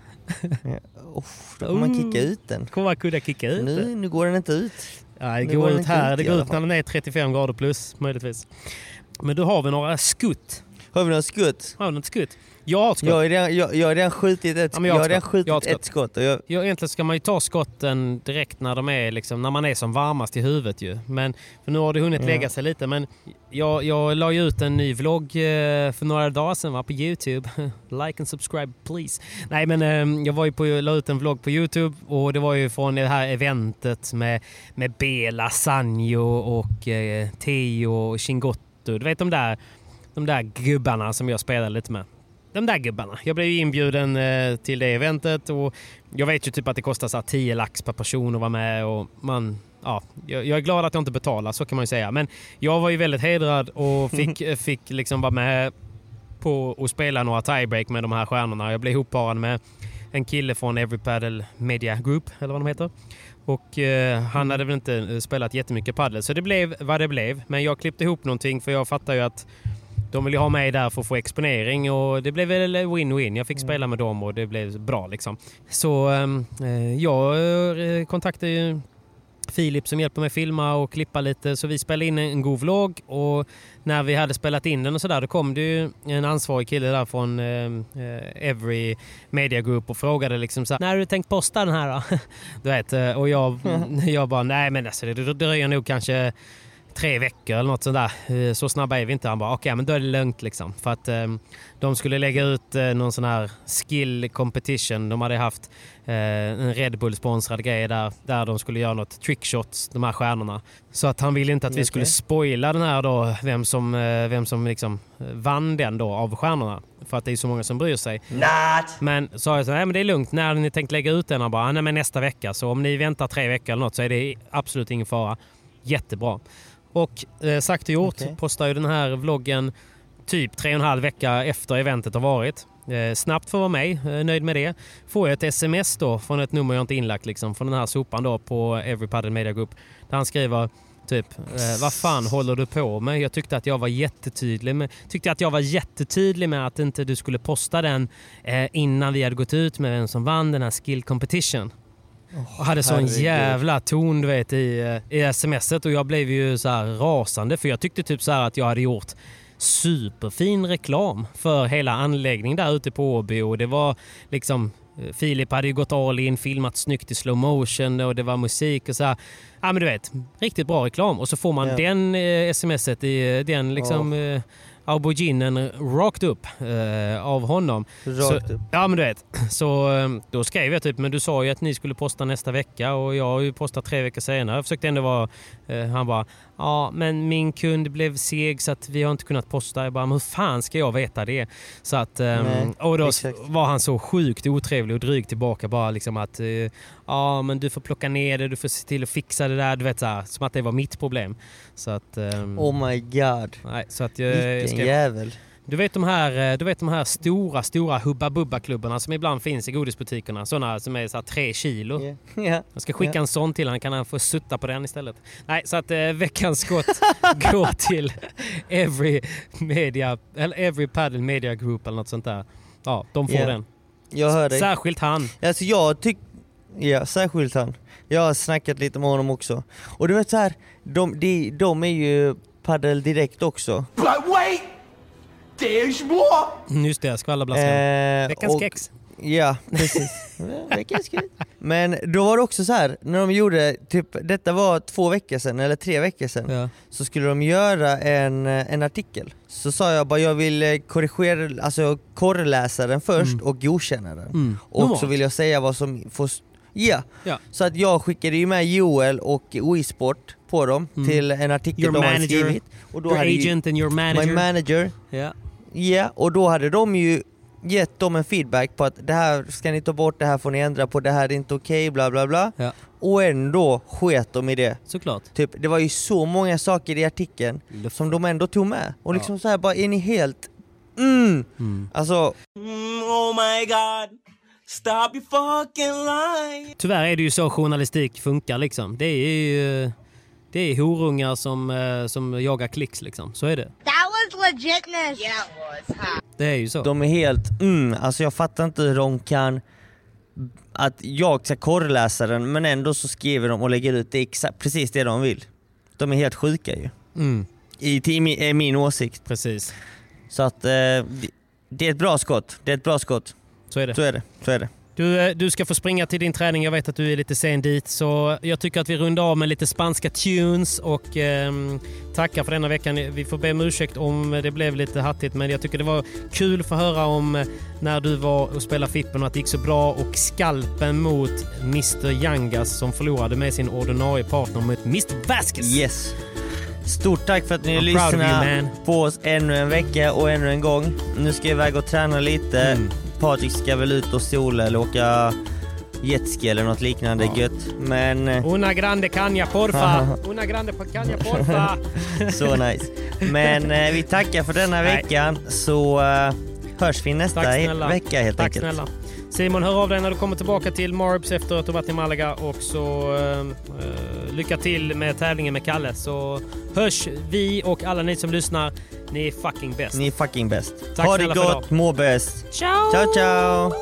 Då kommer man kicka ut den. Kommer kunna kicka ut den. Nu går den inte ut. Ja, det går ut här. Det går ut när den är 35 grader plus, möjligtvis. Men då har vi några skutt. Har vi några skutt? Har vi något skutt? Jag har ett skott. Jag har redan skjutit ett skott. Egentligen ska man ju ta skotten direkt när de är liksom, när man är som varmast i huvudet ju. Men för nu har det hunnit lägga sig lite. Men jag la ju ut en ny vlogg för några dagar sedan på YouTube. Like and subscribe please. Nej, men jag var ju la ut en vlogg på YouTube och det var ju från det här eventet med Bela, Sanjo och Teo och Chingotto. Du vet de där gubbarna som jag spelade lite med. De där gubbarna. Jag blev inbjuden till det eventet och jag vet ju typ att det kostar så 10 lax per person att vara med och jag är glad att jag inte betalar, så kan man ju säga. Men jag var ju väldigt hedrad och fick liksom vara med på att spela några tiebreak med de här stjärnorna. Jag blev ihopparad med en kille från Every Paddle Media Group, eller vad de heter. Och han hade väl inte spelat jättemycket paddel, så det blev vad det blev. Men jag klippte ihop någonting för jag fattar ju att de vill ju ha mig där för att få exponering och det blev väl win-win. Jag fick spela med dem och det blev bra liksom. Så jag kontaktade ju Filip som hjälper mig filma och klippa lite, så vi spelade in en god vlogg och när vi hade spelat in den och sådär, då kom det ju en ansvarig kille där från Every Media Group och frågade liksom så här: när har du tänkt posta den här då? Du vet, och jag bara nej, men alltså, det dröjer nog kanske 3 veckor eller något sånt där. Så snabba är vi inte. Han bara okej, men då är det lugnt liksom. För att de skulle lägga ut någon sån här skill competition. De hade haft en Red Bull sponsrad grej där de skulle göra något trickshots, de här stjärnorna. Så att han ville inte att vi skulle spoila den här då, vem som liksom vann den då av stjärnorna. För att det är så många som bryr sig. Men sa jag så, nej men det är lugnt. När ni tänkt lägga ut den? Han bara, nej men nästa vecka. Så om ni väntar 3 veckor eller något så är det absolut ingen fara. Jättebra. Och sagt och gjort, postar ju den här vloggen typ 3,5 vecka efter eventet har varit. Snabbt för att vara med, nöjd med det. Får jag ett sms då från ett nummer jag inte inlagt liksom, från den här sopan då på Every Paddle Media Group. Där han skriver typ, vad fan håller du på med? Jag tyckte att jag var jättetydlig med att inte du skulle posta den innan vi hade gått ut med vem som vann den här skill competition. Och hade sån jävla ton, du vet, i smset, och jag blev ju så här rasande för jag tyckte typ så här att jag hade gjort superfin reklam för hela anläggningen där ute på Åby, och det var liksom Filip hade ju gått all in, filmat snyggt i slow motion och det var musik och så här. Ja men du vet, riktigt bra reklam, och så får man den smset i den liksom auberginen rakt upp av honom. Rakt upp. Ja, men du vet. Så då skrev jag typ, men du sa ju att ni skulle posta nästa vecka och jag har ju postat 3 veckor senare. Jag försökte ändå vara, han bara, ja men min kund blev seg så att vi har inte kunnat posta. Jag bara, men hur fan ska jag veta det? Så att, och då var han så sjukt otrevlig och dryg tillbaka bara liksom att, ja men du får plocka ner det, du får se till att fixa det där, du vet så här, som att det var mitt problem. Så att, oh my god. Nej, så att jag skrev, jävel. Du vet de här stora hubba-bubba-klubbarna som ibland finns i godisbutikerna. Sådana som är så här 3 kilo. Yeah. Jag ska skicka en sån till han, kan han få sutta på den istället. Nej, så att veckans skott går till Every Paddle Media Group eller något sånt där. Ja, de får den. Jag hör dig. Särskilt han. Alltså särskilt han. Jag har snackat lite med honom också. Och du vet så här, de är ju Paddle Direkt också. But wait! There's more! Just det, skvallerblaskan. Veckans kex. Ja, precis. Veckans kex. Men då var det också så här, när de gjorde, typ, detta var 2 veckor sedan eller 3 veckor sedan, så skulle de göra en artikel. Så sa jag bara, jag vill korrigera, alltså korreläsa den först och godkänna den. Och så vill jag säga vad som får... Ja. Så att jag skickade ju med Joel och WeSport på dem till en artikel your de manager, hade skrivit. Och då your hade agent and your manager. My manager. Ja, och då hade de ju gett dem en feedback på att det här ska ni ta bort, det här får ni ändra på, det här är inte okej, bla bla bla. Ja. Och ändå sket de i det. Såklart. Typ, det var ju så många saker i artikeln som de ändå tog med. Och liksom så här bara, är ni helt... Alltså... oh my god. Stop your fucking lie. Tyvärr är det ju så journalistik funkar liksom. Det är horungar som jagar klicks liksom. Så är det. That was legitness. Yeah, it was. Det är ju så. De är helt... alltså jag fattar inte hur de kan... Att jag ska korreläsa den, men ändå så skriver de och lägger ut det precis det de vill. De är helt sjuka ju. I min åsikt. Precis. Så att det är ett bra skott. Så är det. Du ska få springa till din träning. Jag vet att du är lite sen dit. Så jag tycker att vi rundar av med lite spanska tunes och tackar för denna veckan. Vi får be om ursäkt om det blev lite hattigt, men jag tycker det var kul att få höra om när du var och spelade Fippen och att det gick så bra, och skalpen mot Mr. Yangas som förlorade med sin ordinarie partner mot Mr. Vasquez. Yes. Stort tack för att ni lyssnar på oss ännu en vecka och ännu en gång. Nu ska jag iväg och träna lite. Patrik ska väl ut och sola eller åka jetski eller något liknande gött. Men... Una grande caña, porfa! Una grande caña, porfa! Så nice. Men vi tackar för denna veckan, så hörs vi nästa vecka helt enkelt. Tack snälla. Simon, hör av dig när du kommer tillbaka till Marbs efter att du varit i Malaga, och så lycka till med tävlingen med Kalle, så hörs vi och alla ni som lyssnar. Ni är fucking bäst. Tack, ha det gott, må bäst. Ciao.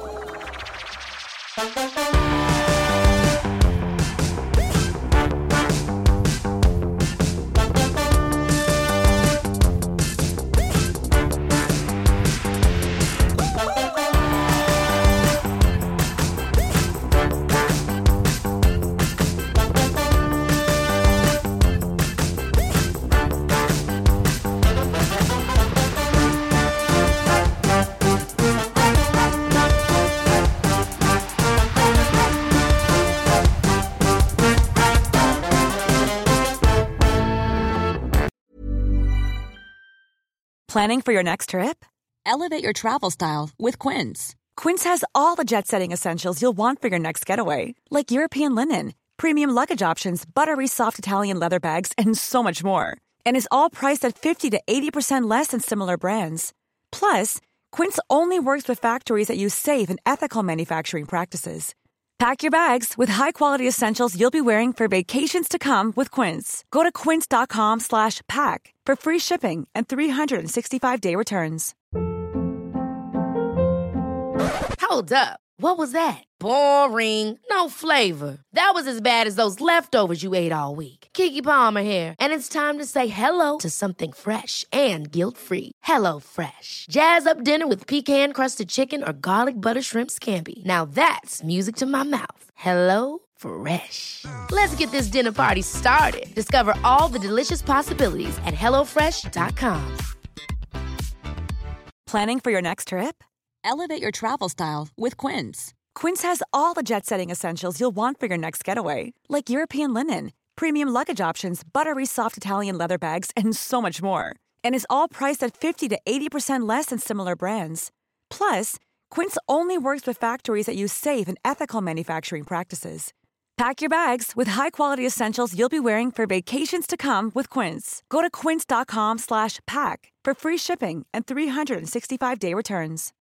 Planning for your next trip? Elevate your travel style with Quince. Quince has all the jet-setting essentials you'll want for your next getaway, like European linen, premium luggage options, buttery soft Italian leather bags, and so much more. And is all priced at 50 to 80% less than similar brands. Plus, Quince only works with factories that use safe and ethical manufacturing practices. Pack your bags with high-quality essentials you'll be wearing for vacations to come with Quince. Go to quince.com/pack for free shipping and 365-day returns. Hold up. What was that? Boring. No flavor. That was as bad as those leftovers you ate all week. Keke Palmer here, and it's time to say hello to something fresh and guilt-free. Hello Fresh. Jazz up dinner with pecan-crusted chicken or garlic butter shrimp scampi. Now that's music to my mouth. Hello Fresh. Let's get this dinner party started. Discover all the delicious possibilities at HelloFresh.com. Planning for your next trip? Elevate your travel style with Quince. Quince has all the jet-setting essentials you'll want for your next getaway, like European linen, premium luggage options, buttery soft Italian leather bags, and so much more. And is all priced at 50 to 80% less than similar brands. Plus, Quince only works with factories that use safe and ethical manufacturing practices. Pack your bags with high-quality essentials you'll be wearing for vacations to come with Quince. Go to quince.com/pack for free shipping and 365-day returns.